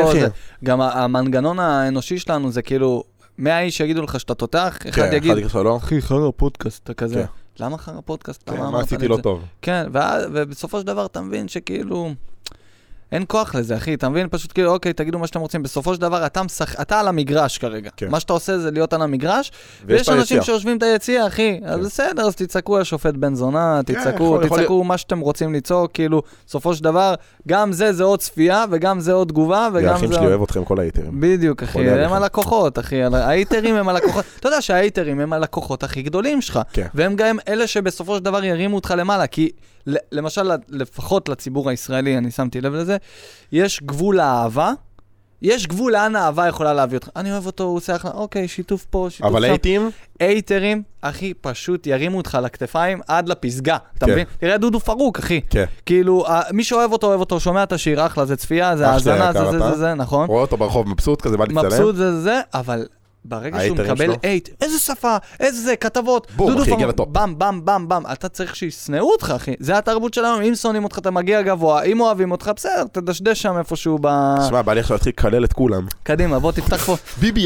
גם המנגנון האנושי שלנו זה כאילו 100 איש שיגידו לך שאתה תותח, אחד יגיד, אחי, חרא פודקאסט, אתה כזה. למה חרא פודקאסט? מה עשיתי לא טוב? כן, ובסופו של דבר אתה מבין שכאילו, אין כוח לזה, אחי, אתה מבין? פשוט כאילו, אוקיי, תגידו מה שאתם רוצים. בסופו של דבר, אתה על המגרש כרגע. מה שאתה עושה זה להיות על המגרש, ויש אנשים שיושבים את היציאה, אחי. אז בסדר, אז תצעקו השופט בן זונה, תצעקו מה שאתם רוצים ליצוק, כאילו, בסופו של דבר, גם זה עוד צפייה, וגם זה עוד תגובה, וגם זה... האחים שלי אוהב אתכם כל האייטרים. בדיוק, אחי, הם הלקוחות, אחי. האייטרים הם הלקוחות. אתה יודע שהאייטרים הם הלקוחות הכי גדולים שלך, והם גם אלה שבסופו של דבר ירימו אותך למעלה, כי למשל, לפחות לציבור הישראלי, אני שמתי לב לזה, יש גבול האהבה, יש גבול לאן האהבה יכולה להביא אותך. אני אוהב אותו, הוא עושה אחלה, אוקיי, שיתוף פה, שיתוף שם. אבל אייטרים, אחי, פשוט ירימו אותך לכתפיים עד לפסגה, אתה מבין? תראה דודו פרוק, אחי. כאילו, מי שאוהב אותו, שומע את השיר, אחלה, זה צפייה, זה האזנה, זה, נכון? רואה אותו ברחוב, מבסוט כזה, בא להצטלם. מבסוט זה, אבל... ברגע שהוא מקבל אייט, איזה שפה, איזה זה, כתבות, דודו פרוק, בם, אתה צריך שיסנאו אותך, אחי. זה התרבות שלנו, אם שונאים אותך, אתה מגיע גבוה, אם אוהבים אותך, בסדר, תדשדש שם איפשהו ב... תשמע, בא לי עכשיו להתחיל לקלל את כולם. קדימה, בוא תפתח פה. ביבי.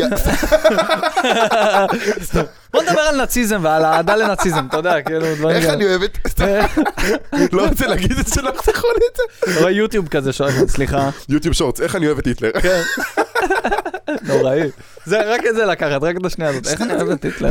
בוא נדבר על נאציזם ועל העדה לנאציזם, אתה יודע, כאילו דברים... איך אני אוהבת? לא רוצה להגיד את שלא תכון את זה. רואה יוטיוב כזה, סליחה. יוטיוב שורטס, איך אני אוהבת היטלר. נוראי. זה רק את זה לקחת, רק את השנייה הזאת. איך אני אוהב את היטלר?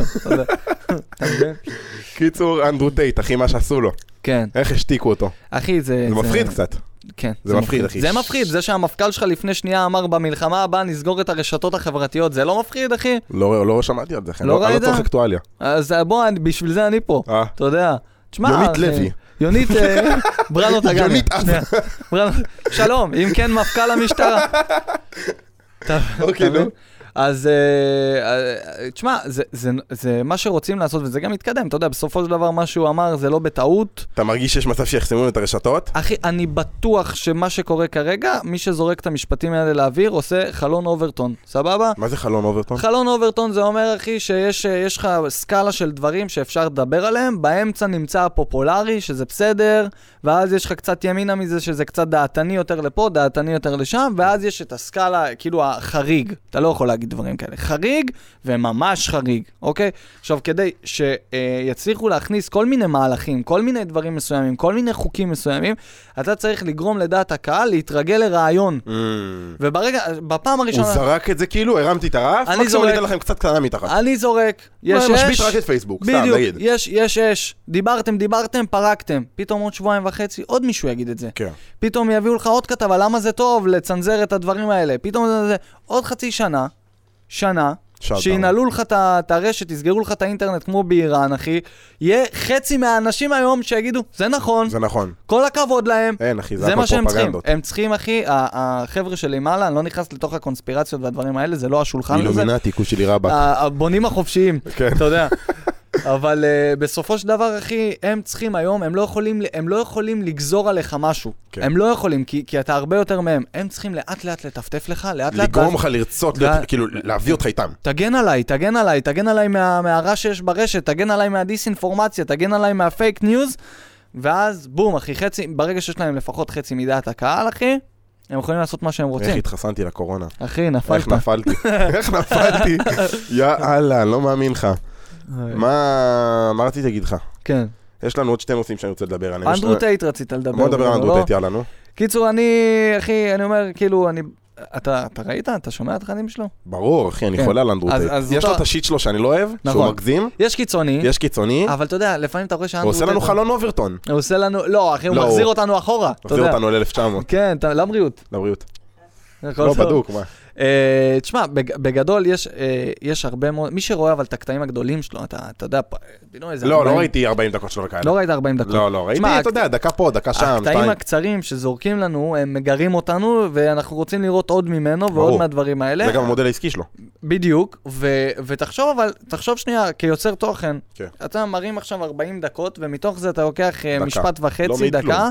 קיצור, אנדרו טייט, אחי, מה שעשו לו. כן. איך השתיקו אותו? אחי, זה מפחיד קצת. כן. זה מפחיד, אחי. זה מפחיד, זה שהמפכ"ל שלך לפני שנייה אמר במלחמה הבאה נסגור את הרשתות החברתיות, זה לא מפחיד, אחי? לא שמעתי על זה, אחי. לא ראית? אני לא צורך אקטואליה. אז בוא, בשביל זה אני פה. אתה יודע. יונית לוי. יונית, ברנו תגני. יונית שלום, אם כן מפכ"ל המשטרה. אוקיי, נו. אז, תשמע, זה מה שרוצים לעשות, וזה גם מתקדם, אתה יודע, בסופו של דבר מה שהוא אמר, זה לא בטעות. אתה מרגיש שיש מצב שיחסמו את הרשתות? אחי, אני בטוח שמה שקורה כרגע, מי שזורק את המשפטים האלה לאוויר, עושה חלון אוברטון, סבבה? מה זה חלון אוברטון? חלון אוברטון זה אומר, אחי, שיש לך סקאלה של דברים שאפשר לדבר עליהם, באמצע נמצא הפופולרי, שזה בסדר, ואז יש לך קצת ימינה מזה, שזה קצת דעתני יותר לפה, דעתני יותר לשם, ואז יש את הסקאלה, כאילו החריג, אתה לא יכול להגיד דברים כאלה. חריג וממש חריג, אוקיי? עכשיו, כדי שיצליחו להכניס כל מיני מהלכים, כל מיני דברים מסוימים, כל מיני חוקים מסוימים, אתה צריך לגרום לדעת הקהל להתרגל לרעיון. וברגע, בפעם הראשונה... הוא זרק את זה כאילו, הרמתי את הרף, מקסימום ניתן לכם קצת קטנה מתחת. אני זורק, יש אש. משבית רק את פייסבוק, סתם, נגיד. בדיוק, יש אש. דיברתם, פרקתם. פתאום עוד 2.5 שבועות, עוד מישהו יגיד את זה. כן. פתאום יביאו לך עוד כתבה, למה זה טוב לצנזר את הדברים האלה? פתאום זה עוד חצי שנה, שינעלו לך את הרשת, יסגרו לך את האינטרנט כמו באיראן, אחי, יהיה חצי מהאנשים היום שיגידו, זה נכון. זה נכון. כל הכבוד להם. אין, אחי, זה מה שהם צריכים. הם צריכים, אחי, החבר'ה שלי מעלה, אני לא נכנס לתוך הקונספירציות והדברים האלה, זה לא השולחן לזה. אילומינטי, כושי רבק. הבונים החופשיים, כן. אתה יודע. אבל בסופו של דבר, אחי, הם צריכים היום, הם לא יכולים לגזור עליך משהו. כן. הם לא יכולים, כי אתה הרבה יותר מהם. הם צריכים לאט לאט לטפטף לך, לאט לאט. לגרום לך לרצות, כאילו, להביא אותך איתם. תגן עליי מהרע שיש ברשת, תגן עליי מהדיסאינפורמציה, תגן עליי מהפייק ניוז, ואז בום, אחי, ברגע שיש להם לפחות חצי מדעת הקהל, אחי, הם יכולים לעשות מה שהם רוצים. איך התחסנתי לקורונה? אחי, נפלת. איך נפלתי? יאללה, לא מאמין לך. מה רציתי להגיד לך? כן. יש לנו עוד שתי נושאים שאני רוצה לדבר עליהם. אנדרו טייט רצית לדבר. בוא נדבר על אנדרו טייט, יאללה, נו. קיצור, אחי, אני אומר, כאילו, אתה ראית? אתה שומע את התכנים שלו? ברור, אחי, אני חולה על אנדרו טייט. יש לו את השיט שלו שאני לא אוהב, שהוא מגזים. יש קיצוני. אבל אתה יודע, לפעמים אתה רואה שאנדרו טייט... הוא עושה לנו חלון אוברטון. הוא עושה לנו... לא, אחי, הוא מחזיר אותנו אחורה. מחזיר אותנו ל-1900. כן, לבריאות. לא בדוק, מה? תשמע, בגדול יש הרבה מאוד, מי שרואה אבל את הקטעים הגדולים שלו, אתה יודע, לא ראיתי 40 דקות שלו וכאלה. לא ראית 40 דקות. לא, ראיתי, אתה יודע, דקה פה, דקה שם. הקטעים הקצרים שזורקים לנו, הם מגרים אותנו, ואנחנו רוצים לראות עוד ממנו ועוד מהדברים האלה. זה גם המודל העסקי שלו. בדיוק, ותחשוב שנייה, כיוצר תוכן, אתה מרים עכשיו 40 דקות, ומתוך זה אתה לוקח משפט וחצי, דקה,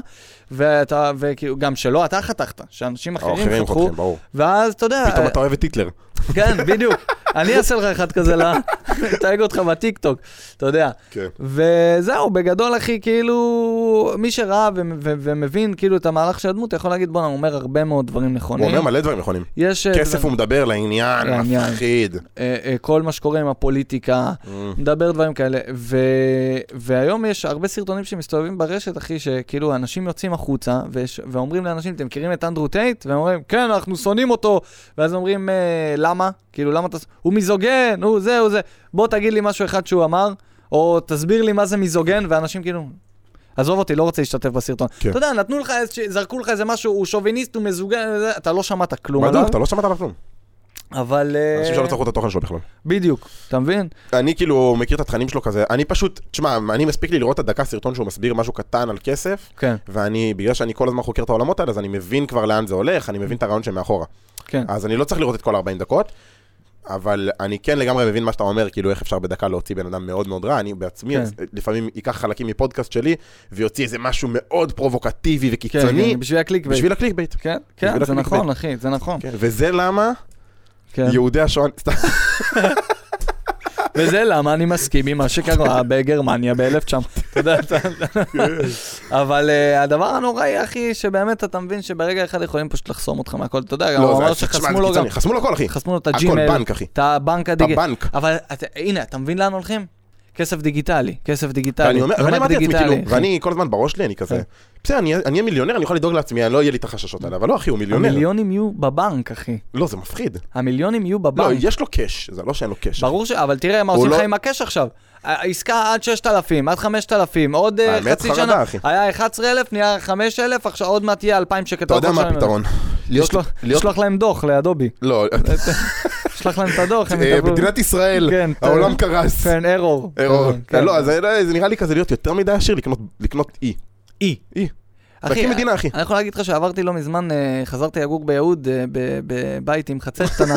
וגם שלא, אתה חתכת, שאנשים אחרים חתכו, ואז אתה יודע... פתאום אתה אוהב את היטלר. כן, בדיוק. אני אעשה לך אחד כזה, תייג אותך בטיק-טוק, אתה יודע. וזהו, בגדול, אחי, כאילו, מי שראה ומבין כאילו את המהלך של הדמות, יכול להגיד, בוא, הוא אומר הרבה מאוד דברים נכונים. הוא אומר מלא דברים נכונים. כסף הוא מדבר לעניין, מפחיד. כל מה שקורה עם הפוליטיקה, מדבר דברים כאלה. והיום יש הרבה סרטונים שמסתובבים ברשת, אחי, שכאילו אנשים יוצאים החוצה, ואומרים לאנשים, אתם מכירים את אנדרו טייט? והם אומרים, כן, אנחנו שונאים אותו. ואז אומרים, למה? כאילו, למה אתה... הוא מיזוגן, הוא זה. בוא תגיד לי משהו אחד שהוא אמר, או תסביר לי מה זה מיזוגן, ואנשים כאילו... עזוב אותי, לא רוצה להשתתף בסרטון. אתה יודע, נתנו לך, זרקו לך איזה משהו, הוא שוביניסט, הוא מזוגן, אתה לא שמעת כלום עליו. בדיוק, אתה לא שמעת עליו כלום. אבל... אנשים שלא צרכו את התוכן שלו בכלל. בדיוק, אתה מבין? אני כאילו מכיר את התכנים שלו כזה, אני פשוט, תשמע, אני מספיק לי לראות את הדקה סרטון שהוא מסביר משהו קטן על כסף, ואני, בגלל שאני כל הזמן חוקר את העולמות האלה, אז אני מבין כבר לאן זה הולך, אני מבין את הרעיון שמאחורה. אז אני לא צריך לראות את כל 40 דקות, אבל אני כן לגמרי מבין מה שאתה אומר, כאילו איך אפשר בדקה להוציא בן אדם מאוד מאוד רע, אני בעצמי לפעמים אקח חלקים מפודקאסט שלי, ויוציא איזה משהו מאוד פרובוקטיבי וקיצוני, בשביל הקליקבייט. כן, זה נכון, אחי, זה נכון. וזה למה יהודי השואה... וזה למה אני מסכים עם מה שקרה בגרמניה ב-1900. אתה יודע, אבל הדבר הנוראי, אחי, שבאמת אתה מבין שברגע אחד יכולים פשוט לחסום אותך מהכל. אתה יודע, הוא אמר שחסמו לו גם... חסמו לו הכל, אחי. חסמו לו את הג'ימייל. הכל בנק, אחי. את הבנק הדיגיטלי. אבל הנה, אתה מבין לאן הולכים? כסף דיגיטלי, כסף דיגיטלי. ואני אמרתי לעצמי, כאילו, ואני כל הזמן בראש לי, אני כזה, בסדר, אני אהיה מיליונר, אני יכול לדאוג לעצמי, לא יהיה לי את החששות האלה, אבל לא, אחי, הוא מיליונר. המיליונים יהיו בבנק, אחי. לא, זה מפחיד. המיליונים יהיו בבנק. לא, יש לו קש, זה לא שאין לו קש. ברור אבל תראה מה עושים לך עם הקש עכשיו. עסקה עד 6,000, עד 5,000, עוד חצי שנה. היה 11,000, נהיה 5,000, עכשיו עוד מעט יהיה 2,000 שקל. אתה יודע מה הפתרון? לשלוח להם דוח לאדובי. לא. שלח להם את הדוח. במדינת ישראל, העולם קרס. כן, ארור. לא, זה נראה לי כזה להיות יותר מדי עשיר, לקנות אי. אי. להקים מדינה, אחי. אני יכול להגיד לך שעברתי לא מזמן, חזרתי לגור ביהוד, בבית עם חצר קטנה.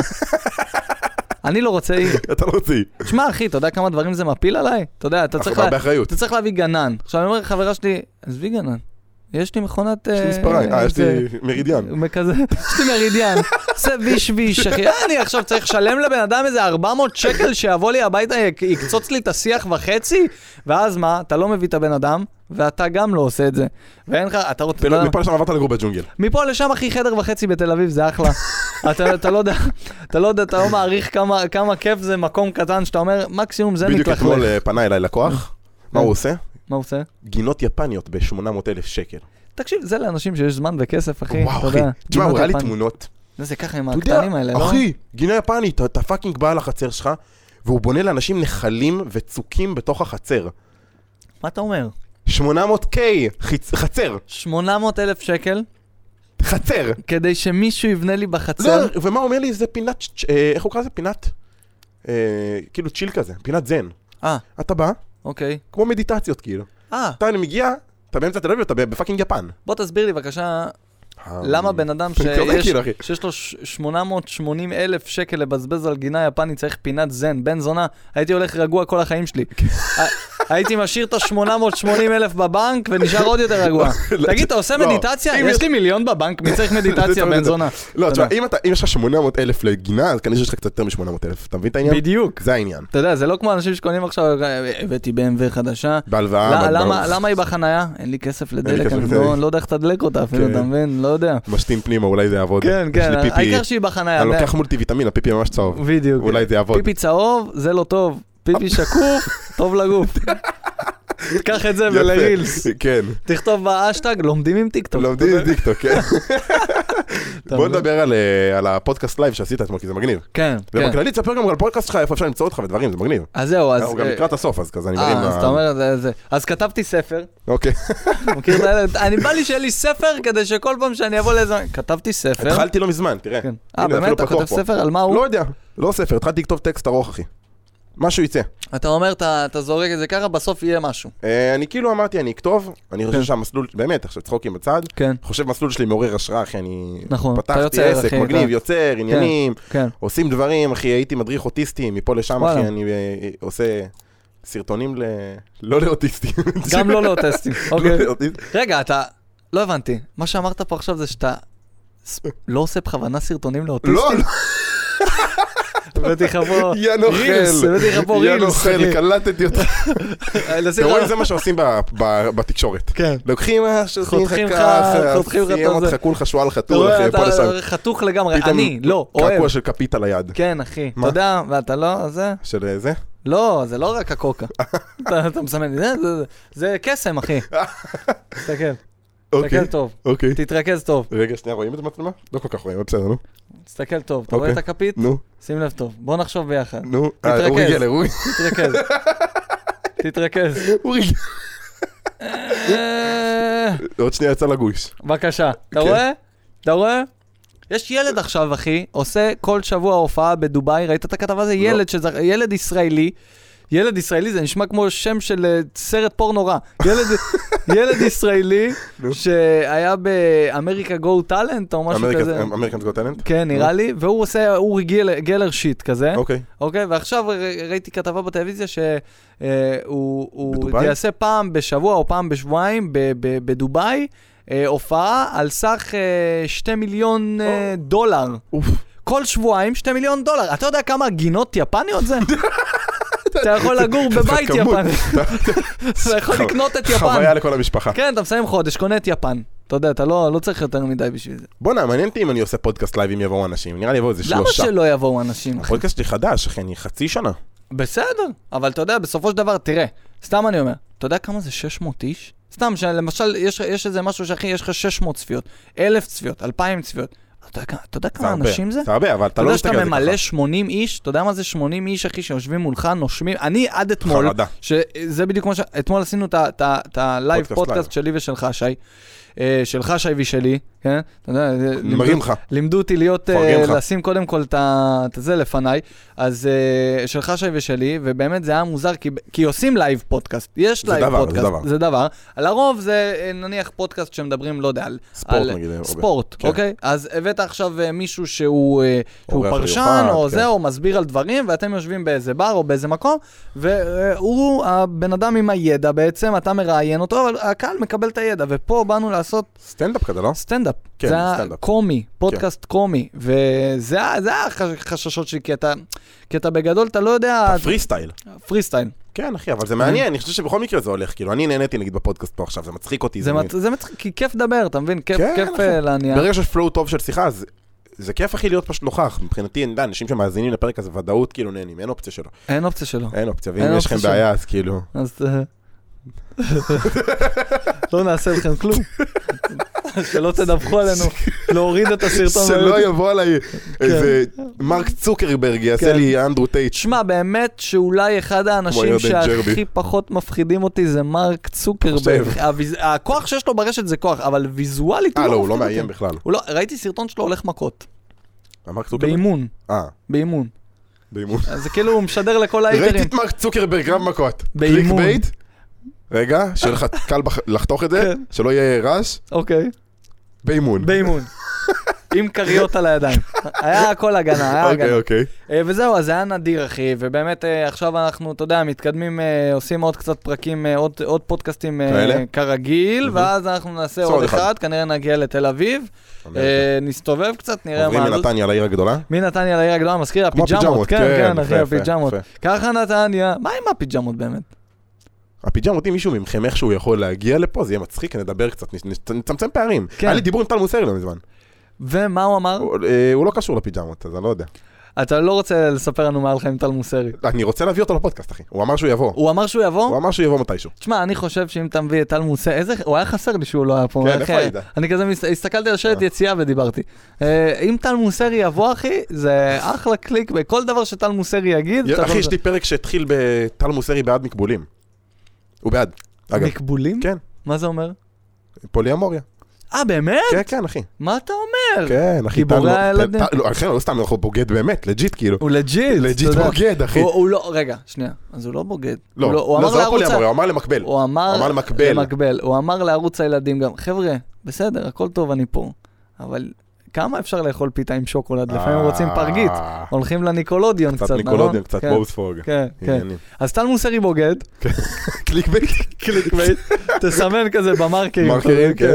אני לא רוצה אי. אתה לא רוצה אי. תשמע, אחי, אתה יודע כמה דברים זה מפיל עליי? אתה יודע, אתה צריך להביא גנן. עכשיו, אני אומר לחברה שלי, עזבי גנן. יש לי מכונת... יש לי מספריים, יש לי מרידיאן. יש לי מרידיאן. זה ויש, אחי. אני עכשיו צריך לשלם לבן אדם איזה 400 שקל שיבוא לי הביתה, יקצוץ לי את השיח וחצי, ואז מה? אתה לא מביא את הבן אדם, ואתה גם לא עושה את זה. ואין לך, אתה רוצה... מפה לשם עברת לגור בג'ונגל. מפה לשם, אחי, חדר וחצי בתל אביב, זה אחלה. אתה לא יודע, אתה לא מעריך כמה כיף זה מקום קטן, שאתה אומר, מקסימום זה מתלכלך. בדיוק אתמול פנה אליי לקוח, מה הוא עושה? מה הוא עושה? גינות יפניות ב-800,000 שקל. תקשיב, זה לאנשים שיש זמן וכסף, אחי. וואו, אחי. תשמע, הוא ראה לי תמונות. זה ככה עם הקטנים האלה, לא? אחי, גינה יפנית, אתה פאקינג בא לחצר שלך, והוא בונה לאנשים נחלים וצוקים בתוך החצר. מה אתה אומר? 800K, חצר. 800,000 שקל? חצר. כדי שמישהו יבנה לי בחצר? לא, ומה אומר לי? זה פינת, איך הוא קרא לזה? פינת, כאילו צ'יל כזה, פינת זן. אתה בא, אוקיי. כמו מדיטציות כאילו. אתה מגיע, אתה באמצע תל אביב, אתה בפאקינג יפן. בוא תסביר לי בבקשה, למה בן אדם שיש לו 880,000 שקל לבזבז על גינה יפנית צריך פינת זן, בן זונה, הייתי הולך רגוע כל החיים שלי. הייתי משאיר את ה-880,000 בבנק ונשאר עוד יותר רגוע. תגיד, אתה עושה מדיטציה? יש לי מיליון בבנק, מי צריך מדיטציה, בן זונה? לא, תשמע, אם יש לך 800,000 לגינה, אז כנראה שיש לך קצת יותר מ-800,000. אתה מבין את העניין? בדיוק. זה העניין. אתה יודע, זה לא כמו אנשים שקונים עכשיו, הבאתי BMW חדשה. בהלוואה. למה היא בחנייה? אין לי כסף לדלק, אני לא יודע איך תדלק אותה אפילו, אתה מבין? לא יודע. משתין פנימה, אולי זה יעבוד. כן, כן, העיקר שהיא בחנייה. אני לוקח מולטיוויטמין, הפיפי ממש צהוב. בדיוק. אולי זה יעבוד. פיפי צהוב, זה לא טוב. פיפי שקוף, טוב לגוף. תקח את זה ולרילס. כן. תכתוב באשטג, לומדים עם טיקטוק. לומדים עם טיקטוק, כן. בוא נדבר על הפודקאסט לייב שעשית אתמול, כי זה מגניב. כן, כן. ובכללי תספר גם על פודקאסט שלך, איפה אפשר למצוא אותך ודברים, זה מגניב. אז זהו, אז... הוא גם לקראת הסוף, אז כזה אני מרים... אז אתה אומר, זה... אז כתבתי ספר. אוקיי. מכיר את הילד? אני בא לי שיהיה לי ספר, כדי שכל פעם שאני אבוא לאיזה... כתבתי ספר. התחלתי לא מזמן, תראה. באמת? אתה כותב ספר על מה הוא? לא יודע, לא ספר, התחלתי לכתוב טקסט ארוך, אחי. משהו יצא. אתה אומר, אתה זורק את זה ככה, בסוף יהיה משהו. אני כאילו אמרתי, אני אכתוב, אני חושב שהמסלול, באמת, עכשיו צחוקים בצד, חושב מסלול שלי מעורר השראה, אחי, אני פתחתי עסק, מגניב, יוצר, עניינים, עושים דברים, אחי, הייתי מדריך אוטיסטים, מפה לשם, אחי, אני עושה סרטונים לא לאוטיסטים. גם לא לאוטיסטים. רגע, אתה, לא הבנתי, מה שאמרת פה עכשיו זה שאתה לא עושה בכוונה סרטונים לאוטיסטים? לא, לא. הבאתי לך פה רילס, ינוכל, קלטתי אותך. רואים, זה מה שעושים בתקשורת. לוקחים חותכים לך, חכו לך שואל חתול, אחי, פה לשם. חתוך לגמרי, אני, לא, אוהב. קעקוע של כפית על היד. כן, אחי. אתה יודע, ואתה לא, זה? של זה? לא, זה לא רק הקוקה. אתה מסמן, זה קסם, אחי. תסתכל. תסתכל טוב, תתרכז טוב. רגע, שנייה, רואים את המצלמה? לא כל כך רואים, בסדר, נו. תסתכל טוב, אתה רואה את הכפית? נו. שים לב טוב, בוא נחשוב ביחד. נו, אורי גלר, אורי. תתרכז. תתרכז. אורי עוד שנייה יצא לגוש. בבקשה, אתה רואה? אתה רואה? יש ילד עכשיו, אחי, עושה כל שבוע הופעה בדוביי, ראית את הכתב הזה? ילד ישראלי. ילד ישראלי, זה נשמע כמו שם של סרט פורנו רע. ילד ישראלי שהיה באמריקה גו טלנט או משהו כזה. אמריקן גו טלנט? כן, נראה לי. והוא עושה אורי גלר שיט כזה. אוקיי. אוקיי, ועכשיו ראיתי כתבה בטלוויזיה שהוא יעשה פעם בשבוע או פעם בשבועיים בדוביי, הופעה על סך 2 מיליון דולר. כל שבועיים 2 מיליון דולר. אתה יודע כמה גינות יפניות זה? אתה יכול לגור בבית יפני. אתה יכול לקנות את יפן. חוויה לכל המשפחה. כן, אתה מסיים חודש, קונה את יפן. אתה יודע, אתה לא צריך יותר מדי בשביל זה. בוא'נה, מעניין אותי אם אני עושה פודקאסט לייב אם יבואו אנשים. נראה לי יבואו איזה 3. למה שלא יבואו אנשים, אחי? הפודקאסט שלי חדש, אחי, אני חצי שנה. בסדר, אבל אתה יודע, בסופו של דבר, תראה, סתם אני אומר, אתה יודע כמה זה 600 איש? סתם, למשל, יש איזה משהו שאחי, יש לך 600 צפיות, 1,000 צפיות, 2,000 צפיות. אתה יודע כמה אנשים זה? זה הרבה, אבל אתה לא מסתכל על זה ככה. אתה יודע שאתה ממלא 80 איש, אתה יודע מה זה 80 איש, אחי, שיושבים מולך, נושמים? אני עד אתמול, שזה בדיוק כמו אתמול עשינו את הלייב פודקאסט שלי ושלך, שי. שלך שי ושלי, כן? אתה יודע, לימדו אותי להיות, לשים קודם כל את זה לפניי, אז שלך שי ושלי, ובאמת זה היה מוזר, כי עושים לייב פודקאסט, יש לייב פודקאסט, זה דבר. לרוב זה נניח פודקאסט שמדברים, לא יודע, על ספורט, אוקיי? אז הבאת עכשיו מישהו שהוא פרשן, או זה, או מסביר על דברים, ואתם יושבים באיזה בר או באיזה מקום, והוא הבן אדם עם הידע בעצם, אתה מראיין אותו, אבל הקהל מקבל את הידע, ופה באנו לעשות סטנדאפ כזה, לא? סטנדאפ. זה היה קומי, פודקאסט קומי, וזה החששות שלי, כי אתה בגדול, אתה לא יודע... פרי סטייל. פרי סטייל. כן, אחי, אבל זה מעניין, אני חושב שבכל מקרה זה הולך, כאילו, אני נהניתי נגיד בפודקאסט פה עכשיו, זה מצחיק אותי. זה מצחיק, כי כיף לדבר, אתה מבין? כיף לעניין. ברגע שיש פלואו טוב של שיחה, זה כיף הכי להיות פשוט נוכח. מבחינתי, אני יודע, אנשים שמאזינים לפרק הזה, ודאות כאילו נהנים, אין אופציה שלו. אין אופציה שלו. אין אופציה, ואם יש לכם בעיה, אז כאילו... לא נעשה לכם כלום. שלא תדווחו עלינו, להוריד את הסרטון. שלא יבוא עליי איזה מרק צוקרברג, יעשה לי אנדרו טייט. שמע, באמת שאולי אחד האנשים שהכי פחות מפחידים אותי זה מרק צוקרברג. הכוח שיש לו ברשת זה כוח, אבל ויזואלית לא, הוא לא מאיים בכלל. ראיתי סרטון שלו הולך מכות. מרק צוקרברג? באימון. באימון. אז כאילו הוא משדר לכל האייטרים. ראיתי את מרק צוקרברג רב מכות. באימון. רגע, שיהיה לך קל לחתוך את זה, שלא יהיה רעש. אוקיי. באימון. באימון. עם קריות על הידיים. היה הכל הגנה, היה הגנה. אוקיי. וזהו, אז זה היה נדיר, אחי, ובאמת עכשיו אנחנו, אתה יודע, מתקדמים, עושים עוד קצת פרקים, עוד פודקאסטים כרגיל, ואז אנחנו נעשה עוד אחד, כנראה נגיע לתל אביב, נסתובב קצת, נראה מה... עוברים מנתניה לעיר הגדולה? מנתניה לעיר הגדולה, מזכיר, הפיג'מות, כן, אחי, הפיג'מות. ככה נתניה, מה עם הפיג'מות באמת? הפיג'מות, אם מישהו ממכם איכשהו יכול להגיע לפה, זה יהיה מצחיק, נדבר קצת, נצמצם פערים. היה לי דיבור עם טל מוסרי לא מזמן. ומה הוא אמר? הוא לא קשור לפיג'מות, אז אני לא יודע. אתה לא רוצה לספר לנו מה לך עם טל מוסרי. אני רוצה להביא אותו לפודקאסט, אחי. הוא אמר שהוא יבוא. הוא אמר שהוא יבוא? הוא אמר שהוא יבוא מתישהו. תשמע, אני חושב שאם אתה מביא את טל מוסרי, הוא היה חסר לי שהוא לא היה פה. כן, איפה היית? אני כזה הסתכלתי על שלט יציאה ודיברתי. אם טל מוסרי יבוא, אחי, זה אחלה קליק, בכל דבר שטל מוסרי יגיד. אחי, יש לי פרק שהתחיל בטל מוסרי בעד מקבולים. הוא בעד. מקבולים? כן. מה זה אומר? פוליאמוריה. באמת? כן, כן, אחי. מה אתה אומר? כן, אחי. גיבורי הילדים. לא סתם, הוא בוגד באמת, לג'יט כאילו. הוא לג'יט. לג'יט בוגד, אחי. הוא לא, רגע, שנייה. אז הוא לא בוגד. לא, זה לא פוליאמוריה, הוא אמר למקבל. הוא אמר למקבל. הוא אמר לערוץ הילדים גם, חבר'ה, בסדר, הכל טוב, אני פה. אבל... כמה אפשר לאכול פיתה עם שוקולד? לפעמים רוצים פרגית. הולכים לניקולודיון קצת, קצת ניקולודיון, קצת בובספורג. כן, כן. אז טל מוסרי בוגד. קליקבייט. קליקבייט. תסמן כזה במרקרים. מרקרים, כן.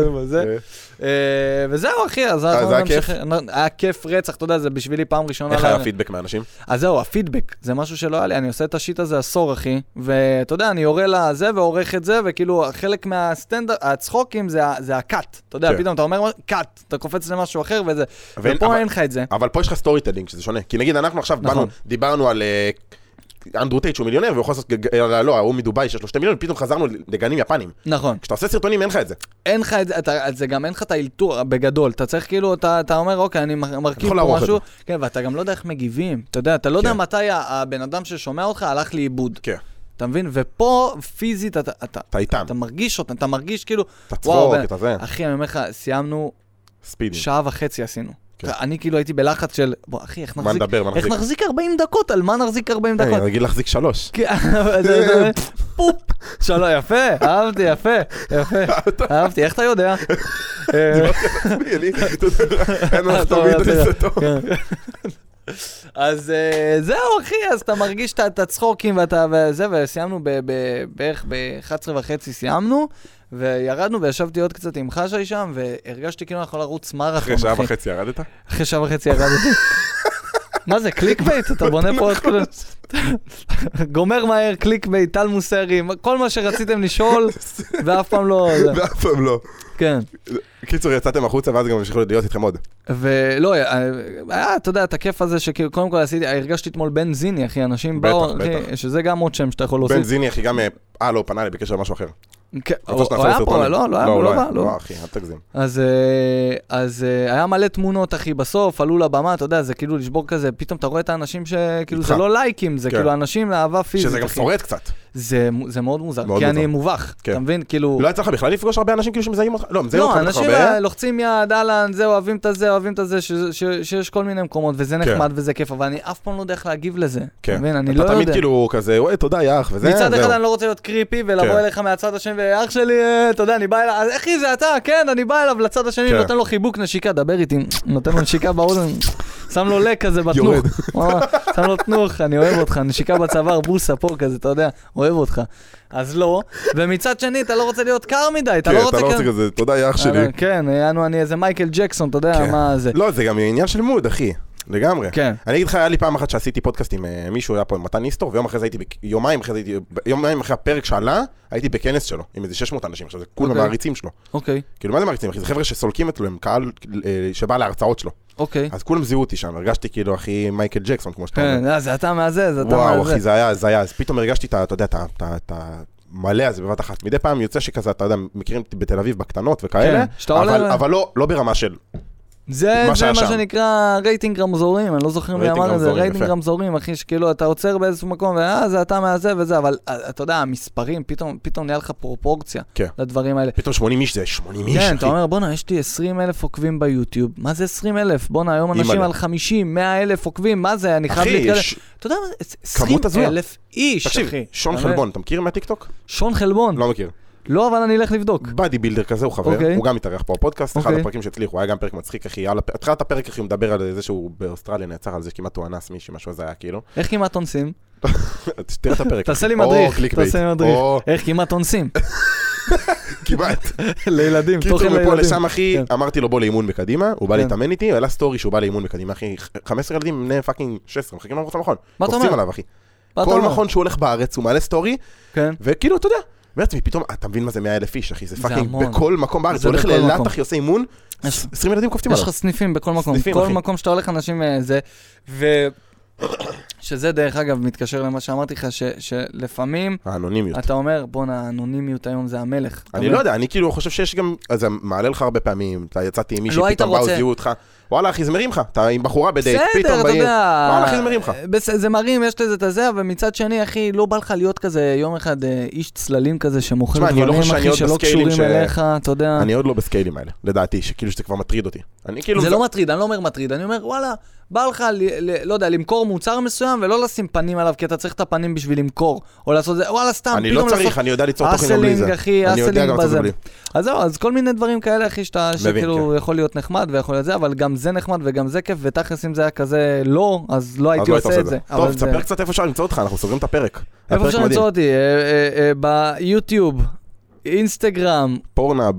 וזהו, אחי, אז היה כיף רצח, אתה יודע, זה בשבילי פעם ראשונה. איך היה הפידבק מאנשים? אז זהו, הפידבק, זה משהו שלא היה לי, אני עושה את השיט הזה עשור, אחי, ואתה יודע, אני יורה לזה ועורך את זה, וכאילו, חלק מהסטנדרט, הצחוקים זה הקאט, אתה יודע, פתאום אתה אומר, קאט, אתה קופץ למשהו אחר וזה, ופה אין לך את זה. אבל פה יש לך סטורי טלינג, שזה שונה, כי נגיד, אנחנו עכשיו דיברנו על... אנדרו טייט שהוא מיליונר, והוא יכול לעשות, לא, הוא מדוביי שיש לו 2 מיליון, פתאום חזרנו לגנים יפנים. נכון. כשאתה עושה סרטונים, אין לך את זה. אין לך את זה, זה גם אין לך את האלתור בגדול, אתה צריך כאילו, אתה אומר, אוקיי, אני מרכיב פה משהו, כן, ואתה גם לא יודע איך מגיבים, אתה יודע, אתה לא יודע מתי הבן אדם ששומע אותך הלך לאיבוד. כן. אתה מבין? ופה פיזית, אתה מרגיש אותה, אתה מרגיש כאילו, וואו, אחי, אני אומר לך, סיימנו, 1.5 שעה עשינו. אני כאילו הייתי בלחץ של, בוא אחי, איך נחזיק 40 דקות? על מה נחזיק 40 דקות? אני רגיל להחזיק 3. פופ, 3, יפה, אהבתי, יפה, אהבתי, איך אתה יודע? דיברתי על עצמי, אין מה שתמיד את זה טוב. אז זהו אחי, אז אתה מרגיש את הצחוקים וזה, וסיימנו בערך ב-11:30 סיימנו, וירדנו וישבתי עוד קצת עם חשי שם, והרגשתי כאילו אנחנו לרוץ מרתון. אחרי 1.5 ירדת? אחרי 1.5 ירדתי. מה זה, קליק בייט? אתה בונה פה עוד כאילו... גומר מהר, קליק בית, טל מוסרי, כל מה שרציתם לשאול, ואף פעם לא... ואף פעם לא. כן. קיצור, יצאתם החוצה, ואז גם המשיכו להיות איתכם עוד. ולא, היה, אתה יודע, את הכיף הזה שכאילו, קודם כל הרגשתי אתמול בן זיני, אחי, אנשים באו, שזה גם עוד שם שאתה יכול להוסיף. בן זיני, אחי, גם, לא, פנה לי בקשר למשהו אחר. הוא היה פה, לא בא. לא, אחי, אל תגזים. אז היה מלא תמונות, אחי, בסוף, עלו לבמה, אתה יודע, זה כאילו לשבור כזה, פתאום אתה רואה את האנשים שכאילו זה לא לייקים, זה כאילו אנשים לאהבה פיזית. שזה גם שורד קצת. זה מאוד מוזר, כי אני מובך, אתה מבין? כאילו... לא יצא לך בכלל לפגוש הרבה אנשים כאילו שמזהים אותך? לא, מזהים אותך הרבה. לא, אנשים לוחצים יד, אהלן, זה, אוהבים את זה, שיש כל מיני מקומות, וזה נחמד וזה כיף, אבל אני אף פעם לא יודע איך להגיב לזה. אתה מבין? אני לא יודע. אתה תמיד כאילו כזה, אוי, תודה, יח, וזה, מצד אחד אני לא רוצה להיות קריפי ולבוא אליך מהצד השני, ואח שלי, אתה יודע, אני בא אליו, אז אחי זה אתה, כן, אני בא אליו לצד השני, נותן לו חיבוק נשיקה, דבר איתי, נותן לו נשיקה באוזן, שם לו לק כזה בתנוך, שם לו תנוך, אני אוהב אותך, נשיקה בצוואר, בוסה פה כזה, אתה יודע, אוהב אותך. אז לא, ומצד שני, אתה לא רוצה להיות קר מדי, אתה לא רוצה כזה, תודה, יח שלי. כן, אני איזה מייקל ג'קסון, אתה יודע מה זה. לא, זה גם עניין של מוד, אחי. לגמרי. כן. אני אגיד לך, היה לי פעם אחת שעשיתי פודקאסט עם מישהו, היה פה עם מתן ניסטור, ויום אחרי זה הייתי, יומיים אחרי הפרק שעלה, הייתי בכנס שלו, עם איזה 600 אנשים, עכשיו זה כולם מעריצים שלו. אוקיי. כאילו, מה זה מעריצים, אחי? זה חבר'ה שסולקים אצלו, הם קהל שבא להרצאות שלו. אוקיי. אז כולם זיהו אותי שם, הרגשתי כאילו, אחי, מייקל ג'קסון, כמו שאתה אומר. כן, זה אתה מהזה, זה אתה וואו, אחי, זה היה, אז פתאום הרגשתי, אתה יודע, את המלא הזה בבת אחת. מדי פעם יוצא שכזה, אתה יודע, מכירים אותי בתל אביב בקטנות וכאלה, אבל לא ברמה של זה מה שנקרא רייטינג רמזורים, אני לא זוכר מי אמר את זה, רייטינג רמזורים, אחי, שכאילו אתה עוצר באיזשהו מקום, זה אתה מהזה וזה, אבל אתה יודע, המספרים, פתאום נהיה לך פרופורציה לדברים האלה. פתאום 80 איש זה 80 איש, אחי. כן, אתה אומר, בוא'נה, יש לי 20,000 עוקבים ביוטיוב, מה זה 20,000? בוא'נה, היום אנשים על 50, 100,000 עוקבים, מה זה? אני חייב להתקדם. אתה יודע, 20,000 איש, אחי. תקשיב, שון חלבון, אתה מכיר מהטיקטוק? שון חלבון. לא מכיר. לא, אבל אני אלך לבדוק. באדי בילדר כזה, הוא חבר, הוא גם מתארח פה בפודקאסט, אחד הפרקים שהצליח, הוא היה גם פרק מצחיק, אחי, התחלת הפרק, אחי, הוא מדבר על זה שהוא באוסטרליה נעצר על זה, כמעט הוא אנס מישהו, משהו הזה היה כאילו. איך כמעט אונסים? תראה את הפרק. תעשה לי מדריך, איך כמעט אונסים? כמעט. לילדים, תוכן לילדים. קיצור, מפה לשם, אחי, אמרתי לו בוא לאימון בקדימה, הוא בא להתאמן איתי, הוא העלה סטורי שהוא בא לאימון בקדימה, אחי, 15 ילדים, בני פאקינג 16, מחכים למרות למכון. קופצים עליו, אחי. כל מכון שהוא הולך בארץ, הוא מעלה סטורי, וכאילו, אתה יודע, בעצמי, פתאום, אתה מבין מה זה 100,000 איש, אחי, זה פאקינג בכל מקום בארץ, הוא הולך לאילת, אחי, עושה אימון, 20 ילדים קופצים עליו. יש לך סניפים בכל מקום, כל מקום שאתה הולך אנשים זה, שזה דרך אגב מתקשר למה שאמרתי לך, שלפעמים, האנונימיות. אתה אומר, בוא'נה, האנונימיות היום זה המלך. אני לא יודע, אני כאילו חושב שיש גם, אז זה מעלה לך הרבה פעמים, אתה יצאתי עם מישהי, פתאום באו זיהו אותך, וואלה אחי, זה מרים לך, אתה עם בחורה בדייט, פתאום באים, וואלה אחי, זה מרים לך. זה מרים, יש לזה את הזה, ומצד שני, אחי, לא בא לך להיות כזה יום אחד איש צללים כזה, שמוכר דברים, אחי, שלא קשורים אליך, אתה יודע. אני עוד לא בסקיילים האלה, לדעתי, שכאילו שזה כבר מטריד אותי. זה לא מטריד, אני לא אומר מטריד, אני אומר, וואלה, בא לך, לא יודע, למכור מוצר מסוים ולא לשים פנים עליו, כי אתה צריך את הפנים בשביל למכור, או לעשות זה, וואלה, סתם. אני לא צריך, אני יודע ליצור תוכן בלי זה. אני יודע גם לעשות בלי. אז זהו, אז כל מיני דברים כאלה, אחי, שכאילו יכול להיות נחמד ויכול להיות זה, אבל גם זה נחמד וגם זה כיף, ותכלס אם זה היה כזה לא, אז לא הייתי עושה את זה. טוב, תספר קצת איפה אפשר למצוא אותך, אנחנו סוגרים את הפרק. איפה אפשר למצוא אותי? ביוטיוב. אינסטגרם, פורנאב,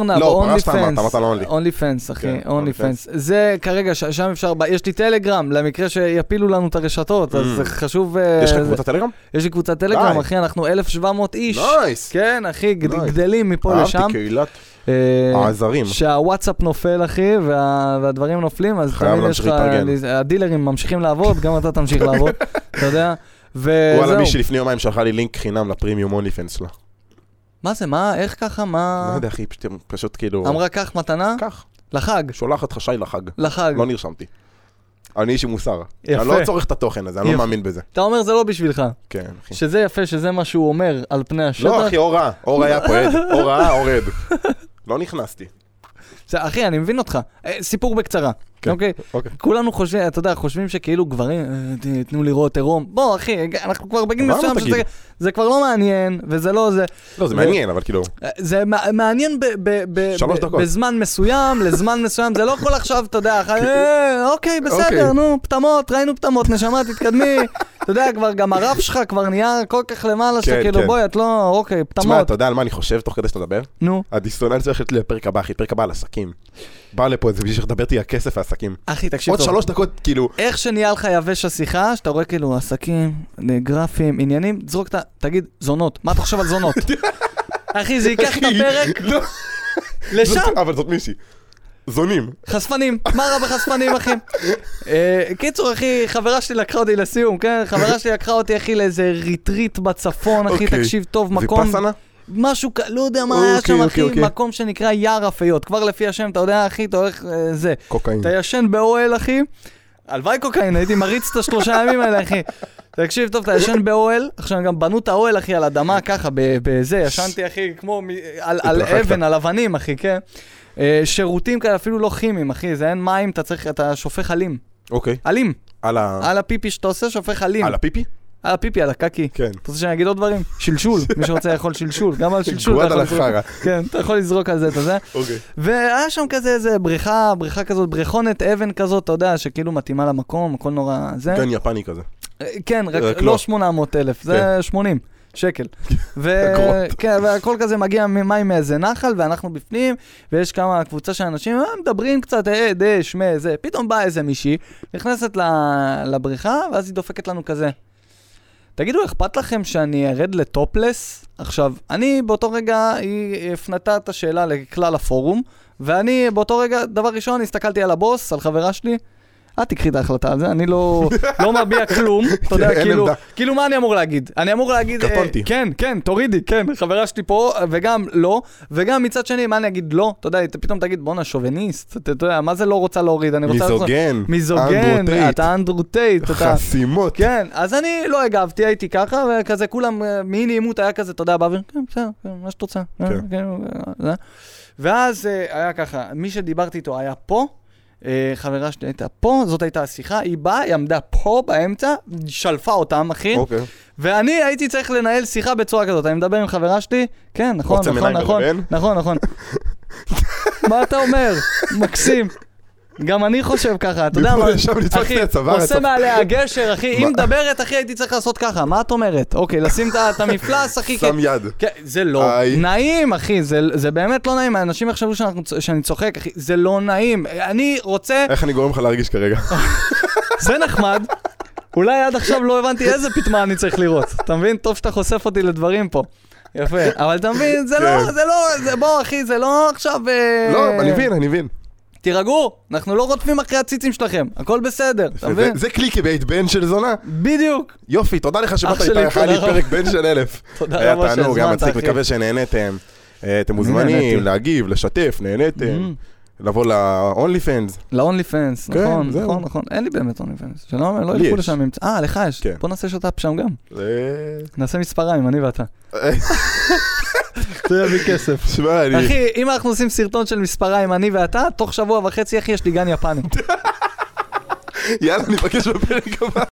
אונלי פנס, אחי, אונלי פנס. זה כרגע, שם אפשר, יש לי טלגרם, למקרה שיפילו לנו את הרשתות, אז זה חשוב... יש לך קבוצת טלגרם? יש לי קבוצת טלגרם, אחי, אנחנו 1,700 איש. נייס. כן, אחי, גדלים מפה לשם. אהבתי קהילת העזרים. שהוואטסאפ נופל, אחי, והדברים נופלים, אז תמיד יש לך... הדילרים ממשיכים לעבוד, גם אתה תמשיך לעבוד, אתה יודע. וואלה, מי שלפני יומיים שלחה לי לינק חינם לפרימיום אונלי פנס שלה. מה זה? מה? איך ככה? מה? לא יודע, אחי, פשוט כאילו... אמרה כך מתנה? כך. לחג. שולחת חשאי לחג. לחג. לא נרשמתי. אני איש עם מוסר. יפה. אני לא צורך את התוכן הזה, אני לא מאמין בזה. אתה אומר זה לא בשבילך. כן, אחי. שזה יפה, שזה מה שהוא אומר על פני השטח. לא, אחי, אור היה פה עד. אור היה. לא נכנסתי. אחי, אני מבין אותך. סיפור בקצרה. אוקיי? כולנו חושבים, אתה יודע, חושבים שכאילו גברים, תנו לראות עירום. בוא, אחי, אנחנו כבר בגיל מסוים שזה כבר לא מעניין, וזה לא זה. לא, זה מעניין, אבל כאילו... זה מעניין בזמן מסוים, לזמן מסוים, זה לא יכול עכשיו, אתה יודע, אוקיי, בסדר, נו, פתמות, ראינו פתמות, נשמה, תתקדמי. אתה יודע, כבר גם הרף שלך כבר נהיה כל כך למעלה, שכאילו בואי, את לא, אוקיי, פתמות. תשמע, אתה יודע על מה אני חושב תוך כדי שאתה מדבר? נו. הדיסטוננציה שלי לפרק הבא, אחי, פרק הבא על עסקים. עסקים. בא לפה, זה בשביל שתדבר איתי הכסף והעסקים. אחי, תקשיב טוב. עוד 3 דקות, כאילו... איך שנהיה לך יבש השיחה, שאתה רואה כאילו עסקים, גרפים, עניינים, תזרוק, תגיד, זונות. מה אתה חושב על זונות? אחי, זה ייקח את הפרק לשם. אבל זאת מישהי. זונים. חשפנים, מה רע בחשפנים, אחי? קיצור, אחי, חברה שלי לקחה אותי לסיום, כן? חברה שלי לקחה אותי, אחי, לאיזה ריטריט בצפון, אחי, תקשיב טוב, מקום... ויפסנה? משהו, לא יודע מה היה שם, אחי, מקום שנקרא יער אפיות. כבר לפי השם, אתה יודע, אחי, אתה הולך, זה. קוקאין. אתה ישן באוהל, אחי. הלוואי קוקאין, הייתי מריץ את 3 ימים האלה, אחי. תקשיב טוב, אתה ישן באוהל, עכשיו גם בנו את האוהל, אחי, על אדמה, ככה, בזה, ישנתי, אחי, כמו על אבן, על אבנים, אחי, כן? שירותים כאלה, אפילו לא כימיים, אחי, זה אין מים, אתה שופך עלים. אוקיי. עלים. על הפיפי שאתה עושה, שופך עלים. על הפיפי? על הפיפי, על הקקי. כן. אתה רוצה שאני אגיד עוד דברים? שלשול. מי שרוצה לאכול שלשול. גם על שלשול אתה יכול לזרוק. כן, אתה יכול לזרוק על זה, אתה יודע. אוקיי. והיה שם כזה איזה בריכה כזאת, בריכונת אבן כזאת, אתה יודע, שכאילו מתאימה למקום, הכל נורא זה. גן יפני כזה. כן, רק לא 800,000, זה 80 שקל. והכל כזה מגיע מים מאיזה נחל, ואנחנו בפנים, ויש כמה קבוצה של אנשים, מדברים קצת, דש, זה. פתאום באה איזה מישהי, נכנסת לבריכה, ואז היא דופקת לנו כזה. תגידו, אכפת לכם שאני ארד לטופלס? עכשיו, אני באותו רגע, היא הפנתה את השאלה לכלל הפורום, ואני באותו רגע, דבר ראשון, הסתכלתי על הבוס, על חברה שלי, תקחי את ההחלטה על זה, אני לא מביע כלום, אתה יודע, כאילו מה אני אמור להגיד? אני אמור להגיד, כן, תורידי, כן, חברה שלי פה, וגם לא, וגם מצד שני, מה אני אגיד? לא, אתה יודע, פתאום תגיד, בונה, שוביניסט, אתה יודע, מה זה לא רוצה להוריד? מיזוגן, אתה אנדרוטייט, חסימות. כן, אז אני לא הגבתי, הייתי ככה, וכזה כולם, מיני עימות היה כזה, אתה יודע, באוויר, כן, בסדר, מה שאת רוצה. ואז היה ככה, מי שדיברתי איתו היה פה, חברה שלי הייתה פה, זאת הייתה השיחה, היא באה, היא עמדה פה באמצע, שלפה אותם, אחי. אוקיי. ואני הייתי צריך לנהל שיחה בצורה כזאת. אני מדבר עם חברה שלי, כן, נכון. מה אתה אומר? מקסים. גם אני חושב ככה, אתה יודע מה, אחי, עושה מעליה הגשר, אחי, אם מדברת, אחי, הייתי צריך לעשות ככה, מה את אומרת? אוקיי, לשים את המפלס, אחי, שם יד. זה לא נעים, אחי, זה באמת לא נעים, האנשים יחשבו שאני צוחק, אחי, זה לא נעים, אני רוצה... איך אני גורם לך להרגיש כרגע? זה נחמד, אולי עד עכשיו לא הבנתי איזה פתמה אני צריך לראות, אתה מבין? טוב שאתה חושף אותי לדברים פה. יפה, אבל אתה מבין, זה לא, בוא אחי, זה לא עכשיו... לא, אני מבין. תירגעו, אנחנו לא רודפים אחרי הציצים שלכם, הכל בסדר, אתה מבין? זה קליקי בית בן של זונה? בדיוק. יופי, תודה לך שבאת איתה, היה לי פרק בן של 1000. תודה רבה שהזמנת, אחי. היה מצחיק, מקווה שנהנתם. אתם מוזמנים להגיב, לשתף, נהנתם. לבוא ל-only fans. ל-only fans, נכון. אין לי באמת only fans. שלא, לא ילכו לשם. לך יש. בוא נעשה שת"פ שם גם. נעשה מספריים, אני ואתה. זה יביא כסף. אחי, אם אנחנו עושים סרטון של מספריים, אני ואתה, תוך 1.5 שבוע, אחי, יש לי גן יפני. יאללה, נפגש בפרק הבא.